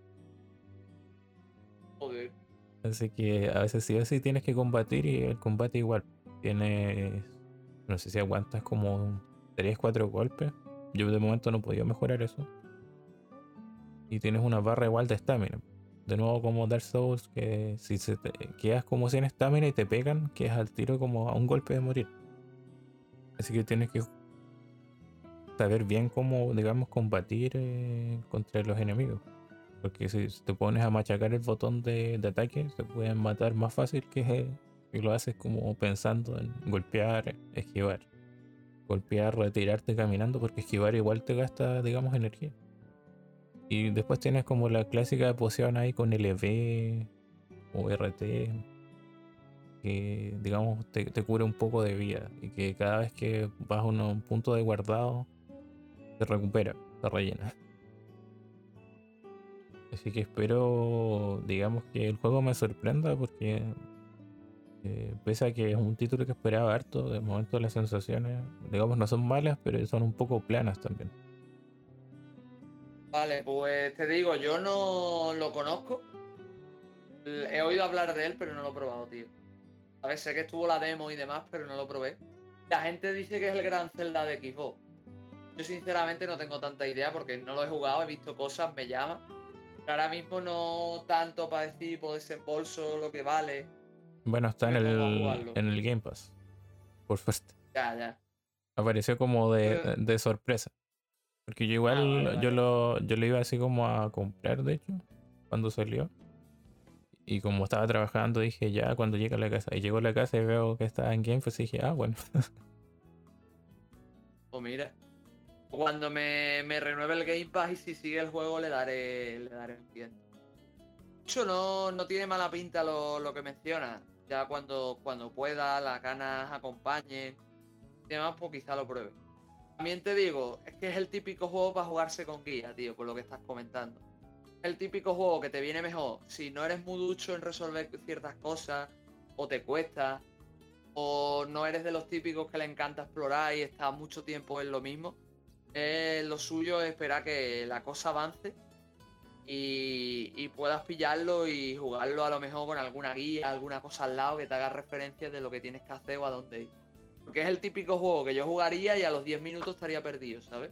Joder. Así que a veces sí o sí tienes que combatir y el combate igual. Tienes, no sé si aguantas como tres cuatro golpes. Yo de momento no podía mejorar eso. Y tienes una barra igual de estamina. De nuevo como Dark Souls, que si se te quedas como sin estamina y te pegan, quedas al tiro como a un golpe de morir. Así que tienes que saber bien cómo, digamos, combatir eh, contra los enemigos. Porque si te pones a machacar el botón de, de ataque, se pueden matar más fácil que si lo haces como pensando en golpear, esquivar. Golpear, retirarte caminando, porque esquivar igual te gasta, digamos, energía. Y después tienes como la clásica poción ahí con L B o R T, que digamos te, te cura un poco de vida y que cada vez que vas a un punto de guardado, se recupera, se rellena. Así que espero, digamos, que el juego me sorprenda porque eh, pese a que es un título que esperaba harto, de momento las sensaciones, digamos, no son malas, pero son un poco planas también. Vale, pues te digo, yo no lo conozco. L- He oído hablar de él, pero no lo he probado, tío. A ver, sé que estuvo la demo y demás, pero no lo probé. La gente dice que es el gran Zelda de Xbox. Yo sinceramente no tengo tanta idea porque no lo he jugado, he visto cosas, me llama. Pero ahora mismo no tanto para decir por desembolso lo que vale, Bueno, está que en me pongo a el, jugarlo. en el Game Pass, por suerte. Ya, ya. Apareció como de, Eh, de sorpresa. Porque yo Ah, vale, igual, yo vale. lo, yo lo iba así como a comprar, de hecho, cuando salió. Y como estaba trabajando, dije ya cuando llegue a la casa. Y llego a la casa y veo que estaba en Game Pass y dije, ah, bueno. Pues mira. Cuando me, me renueve el Game Pass y si sigue el juego le daré, le daré un tiento. De hecho, no, no tiene mala pinta lo, lo que mencionas. Ya cuando, cuando pueda, las ganas acompañen y demás, pues quizá lo pruebe. También te digo, es que es el típico juego para jugarse con guía, tío, por lo que estás comentando. El típico juego que te viene mejor si no eres muy ducho en resolver ciertas cosas, o te cuesta, o no eres de los típicos que le encanta explorar y está mucho tiempo en lo mismo. Eh, lo suyo es esperar que la cosa avance y, y puedas pillarlo y jugarlo a lo mejor con alguna guía, alguna cosa al lado que te haga referencias de lo que tienes que hacer o a dónde ir. Porque es el típico juego que yo jugaría y a los diez minutos estaría perdido, ¿sabes?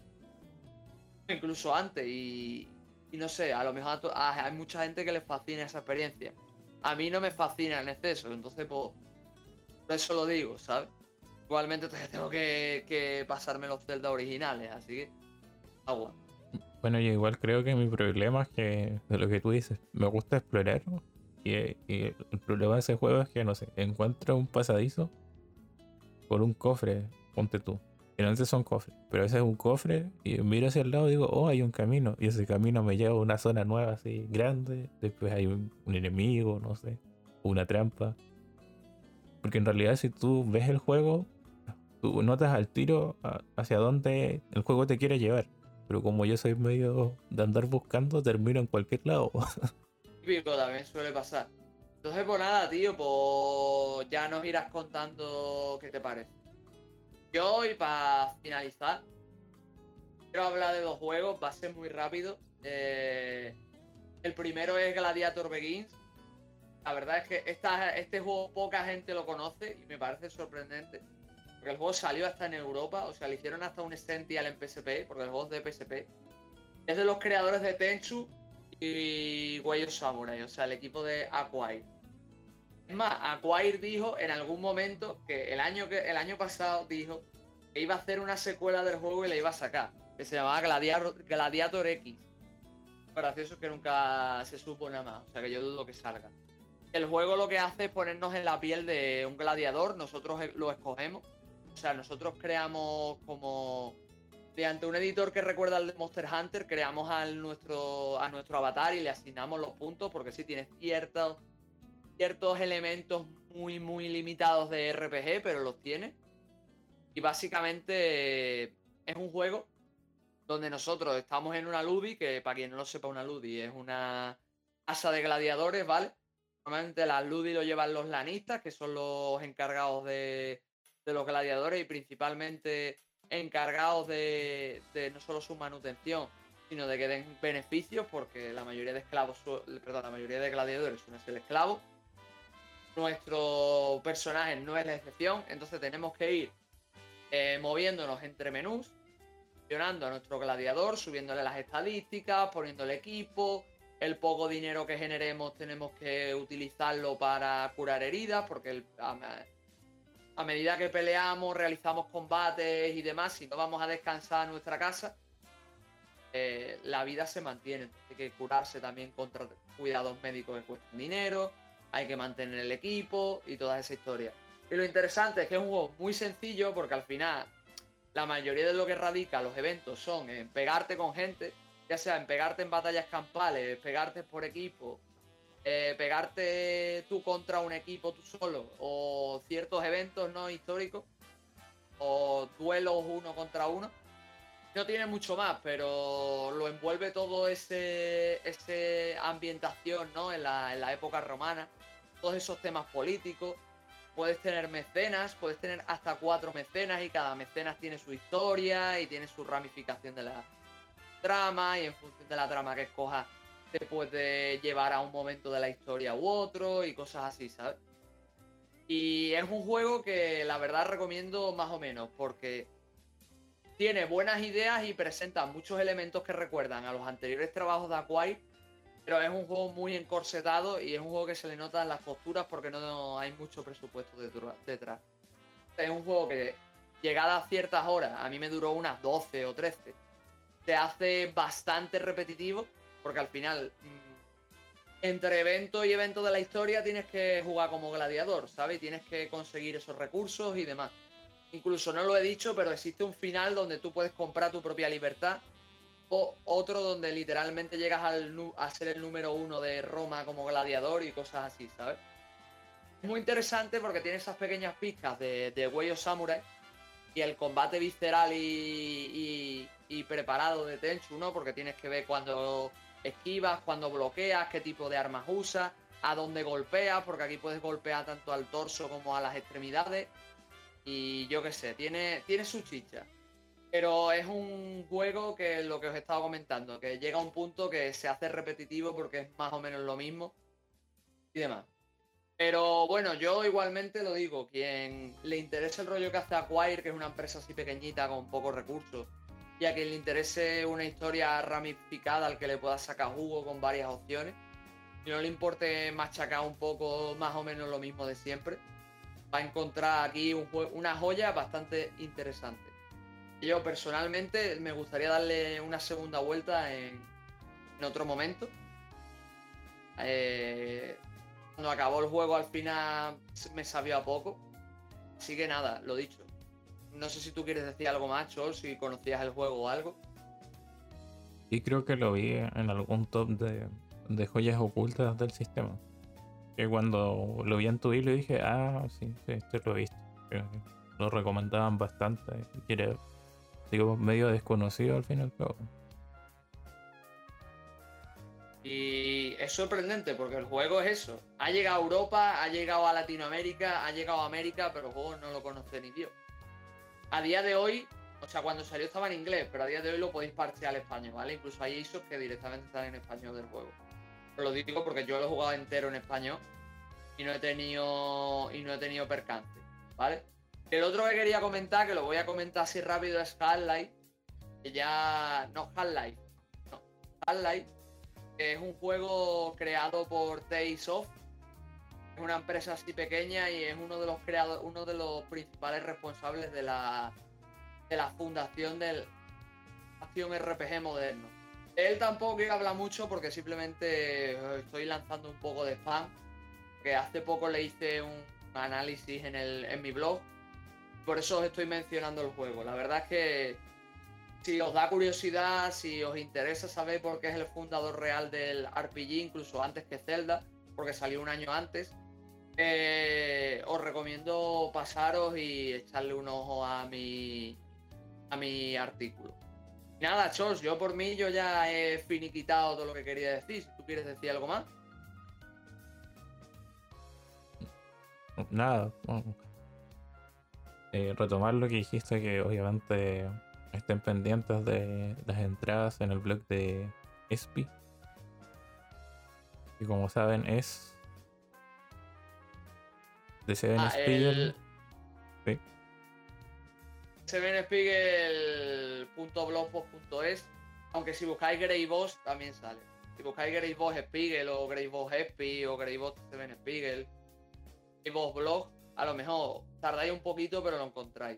Incluso antes y, y no sé, a lo mejor a to- a- hay mucha gente que les fascina esa experiencia. A mí no me fascina en exceso, entonces pues, por eso lo digo, ¿sabes? Igualmente todavía tengo que, que pasarme los Zelda originales, así que agua. Bueno, yo igual creo que mi problema es que, de lo que tú dices, me gusta explorar. Y, y el problema de ese juego es que, no sé, encuentro un pasadizo por un cofre, ponte tú. Generalmente son cofres, pero a veces es un cofre y miro hacia el lado y digo, oh, hay un camino. Y ese camino me lleva a una zona nueva así grande. Después hay un, un enemigo, no sé, una trampa. Porque en realidad si tú ves el juego, tú notas al tiro a- hacia dónde el juego te quiere llevar. Pero como yo soy medio de andar buscando, termino en cualquier lado. Típico también suele pasar. Entonces, pues nada, tío, pues ya nos irás contando qué te parece. Yo, y para finalizar, quiero hablar de dos juegos, va a ser muy rápido. Eh, el primero es Gladiator Begins. La verdad es que esta, este juego poca gente lo conoce y me parece sorprendente. Porque el juego salió hasta en Europa, o sea, le hicieron hasta un Essential en P S P, porque el juego es de P S P. Es de los creadores de Tenchu y Way of Samurai, o sea, el equipo de Acquire. Es más, Acquire dijo en algún momento que el año, que, el año pasado dijo que iba a hacer una secuela del juego y la iba a sacar, que se llamaba Gladiator, Gladiator X. Lo gracioso es que nunca se supo nada más, o sea que yo dudo que salga. El juego lo que hace es ponernos en la piel de un gladiador, nosotros lo escogemos, o sea, nosotros creamos como mediante un editor que recuerda al de Monster Hunter, creamos al nuestro, a nuestro avatar y le asignamos los puntos, porque sí tiene ciertos, ciertos elementos muy, muy limitados de R P G, pero los tiene. Y básicamente es un juego donde nosotros estamos en una Ludi, que para quien no lo sepa, una Ludi es una casa de gladiadores, ¿vale? Normalmente las Ludi lo llevan los lanistas, que son los encargados de, de los gladiadores y principalmente encargados de, de no solo su manutención, sino de que den beneficios, porque la mayoría de esclavos, perdón, la mayoría de gladiadores suelen ser esclavos. Nuestro personaje no es la excepción, entonces tenemos que ir eh, moviéndonos entre menús, gestionando a nuestro gladiador, subiéndole las estadísticas, poniéndole equipo. El poco dinero que generemos tenemos que utilizarlo para curar heridas, porque el, a, a medida que peleamos, realizamos combates y demás, si no vamos a descansar a nuestra casa, eh, la vida se mantiene. Entonces hay que curarse también contra cuidados médicos que cuestan dinero, hay que mantener el equipo y toda esa historia. Y lo interesante es que es un juego muy sencillo, porque al final la mayoría de lo que radica los eventos son en pegarte con gente, ya sea en pegarte en batallas campales, pegarte por equipo, eh, pegarte tú contra un equipo tú solo, o ciertos eventos no históricos, o duelos uno contra uno. No tiene mucho más, pero lo envuelve todo ese, ese ambientación, ¿no? En la, en la época romana, todos esos temas políticos. Puedes tener mecenas, puedes tener hasta cuatro mecenas y cada mecenas tiene su historia y tiene su ramificación de la trama, y en función de la trama que escojas te puede llevar a un momento de la historia u otro y cosas así, ¿sabes? Y es un juego que la verdad recomiendo más o menos, porque tiene buenas ideas y presenta muchos elementos que recuerdan a los anteriores trabajos de Acquire, pero es un juego muy encorsetado y es un juego que se le notan las posturas porque no hay mucho presupuesto detrás. Es un juego que, llegada a ciertas horas, a mí me duró unas doce o trece, se hace bastante repetitivo, porque al final, entre evento y evento de la historia, tienes que jugar como gladiador, ¿sabes? Tienes que conseguir esos recursos y demás. Incluso no lo he dicho, pero existe un final donde tú puedes comprar tu propia libertad, o otro donde literalmente llegas al, a ser el número uno de Roma como gladiador y cosas así, ¿sabes? Es muy interesante porque tiene esas pequeñas pizcas de, de Way of Samurai y el combate visceral y, y, y preparado de Tenchu, ¿no? Porque tienes que ver cuando esquivas, cuando bloqueas, qué tipo de armas usas, a dónde golpeas, porque aquí puedes golpear tanto al torso como a las extremidades. Y yo qué sé, tiene, tiene su chicha. Pero es un juego que lo que os he estado comentando, que llega a un punto que se hace repetitivo porque es más o menos lo mismo y demás. Pero bueno, yo igualmente lo digo, quien le interese el rollo que hace Acquire, que es una empresa así pequeñita con pocos recursos, y a quien le interese una historia ramificada al que le pueda sacar jugo con varias opciones, y no le importe machacar un poco más o menos lo mismo de siempre, va a encontrar aquí un una joya bastante interesante. Yo personalmente me gustaría darle una segunda vuelta en, en otro momento. Eh, cuando acabó el juego al final me sabió a poco. Así que nada, lo dicho. No sé si tú quieres decir algo más, Chol, si conocías el juego o algo. Y creo que lo vi en algún top de, de joyas ocultas del sistema. Que cuando lo vi en tu hilo dije, ah, sí, sí, este lo he visto. Lo recomendaban bastante. Y era, digo, medio desconocido al final, pero... Y es sorprendente porque el juego es eso. Ha llegado a Europa, ha llegado a Latinoamérica, ha llegado a América, pero el juego no lo conoce ni Dios. A día de hoy, o sea, cuando salió estaba en inglés, pero a día de hoy lo podéis parchear al español, ¿vale? Incluso hay I S Os que directamente están en español del juego. Os lo digo porque yo lo he jugado entero en español y no he tenido y no he tenido percance, ¿vale? El otro que quería comentar, que lo voy a comentar así rápido, es Half-Life, que ya... no, Half-Life, no, Half-Life, que es un juego creado por Taysoft. Es una empresa así pequeña y es uno de los creadores, uno de los principales responsables de la de la fundación del acción R P G moderno. Él tampoco quiero hablar mucho porque simplemente estoy lanzando un poco de spam, que hace poco le hice un análisis en, el, en mi blog, por eso os estoy mencionando el juego. La verdad es que si os da curiosidad, si os interesa saber por qué es el fundador real del R P G, incluso antes que Zelda, porque salió un año antes, eh, os recomiendo pasaros y echarle un ojo a mi, a mi artículo. Nada, Chos, yo por mí yo ya he finiquitado todo lo que quería decir. Si tú quieres decir algo más. nada. No. Eh, retomar lo que dijiste, que obviamente estén pendientes de las entradas en el blog de Espi. Y como saben es de Seven Ah, Spiegel. el Sí. seven spiegel punto blogspot punto es, aunque si buscáis Grey Boss también sale. Si buscáis Grey Boss Spiegel o Grey Boss Espi o Grey Boss seven Spiegel, Grey Boss Blog, a lo mejor tardáis un poquito pero lo encontráis.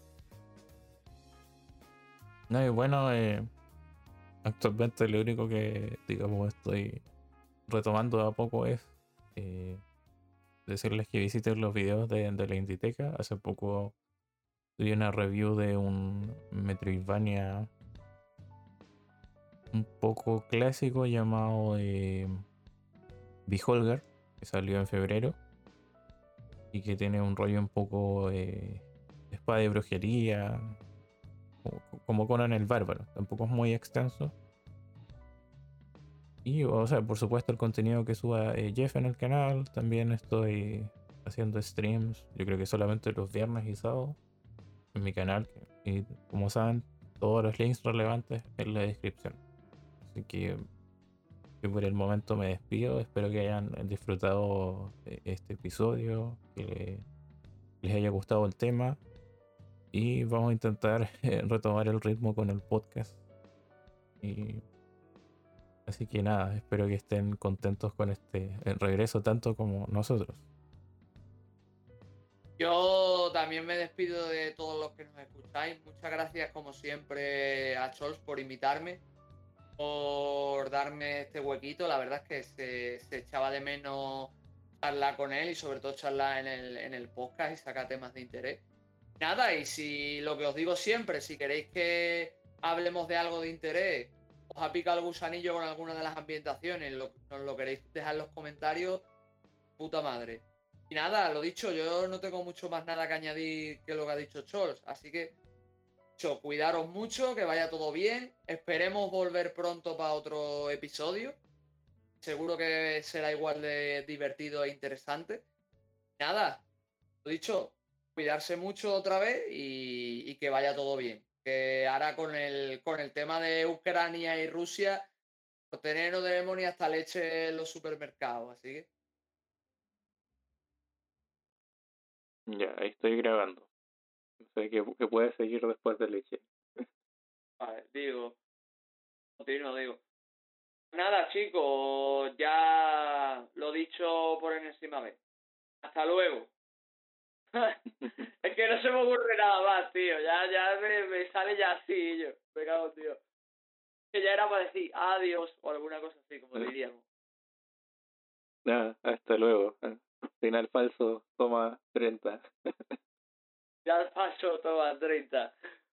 No, y bueno, eh, actualmente lo único que, digamos, estoy retomando de a poco es eh, decirles que visiten los videos de, de la Inditeca. Hace poco tuve una review de un Metroidvania un poco clásico llamado eh, Beholder, que salió en febrero y que tiene un rollo un poco eh, espada de brujería, como, como Conan el Bárbaro. Tampoco es muy extenso. Y, o sea, por supuesto, el contenido que suba eh, Jeff en el canal. También estoy haciendo streams, yo creo que solamente los viernes y sábados, en mi canal. Y como saben, todos los links relevantes en la descripción. Así que yo por el momento me despido. Espero que hayan disfrutado eh, este episodio, que les haya gustado el tema. Y vamos a intentar eh, retomar el ritmo con el podcast. Y así que nada, espero que estén contentos con este eh, regreso tanto como nosotros. Yo también me despido de todos los que nos escucháis. Muchas gracias como siempre a Chols por invitarme, por darme este huequito. La verdad es que se, se echaba de menos charlar con él y sobre todo charlar en el, en el podcast y sacar temas de interés. Nada, y si lo que os digo siempre, si queréis que hablemos de algo de interés, os ha picado el gusanillo con alguna de las ambientaciones, lo, nos lo queréis dejar en los comentarios, puta madre. Y nada, lo dicho, yo no tengo mucho más nada que añadir que lo que ha dicho Chols, así que Cho, cuidaros mucho, que vaya todo bien. Esperemos volver pronto para otro episodio. Seguro que será igual de divertido e interesante. Nada, lo dicho, cuidarse mucho otra vez y, y que vaya todo bien. Que ahora con el, con el tema de Ucrania y Rusia, por tener no tenemos ni hasta leche en los supermercados, así que. Ya, ahí estoy grabando. No sé qué, qué puede seguir después de leche. Vale, digo, continúo, digo. Nada, chicos, ya lo dicho por enésima vez. Hasta luego. Es que no se me ocurre nada más, tío. Ya, ya me, me sale ya así, yo. Me cago, tío. Que ya era para decir adiós o alguna cosa así, como diríamos. Nada, hasta luego. Final falso, toma treinta. Ya paso, toma, treinta.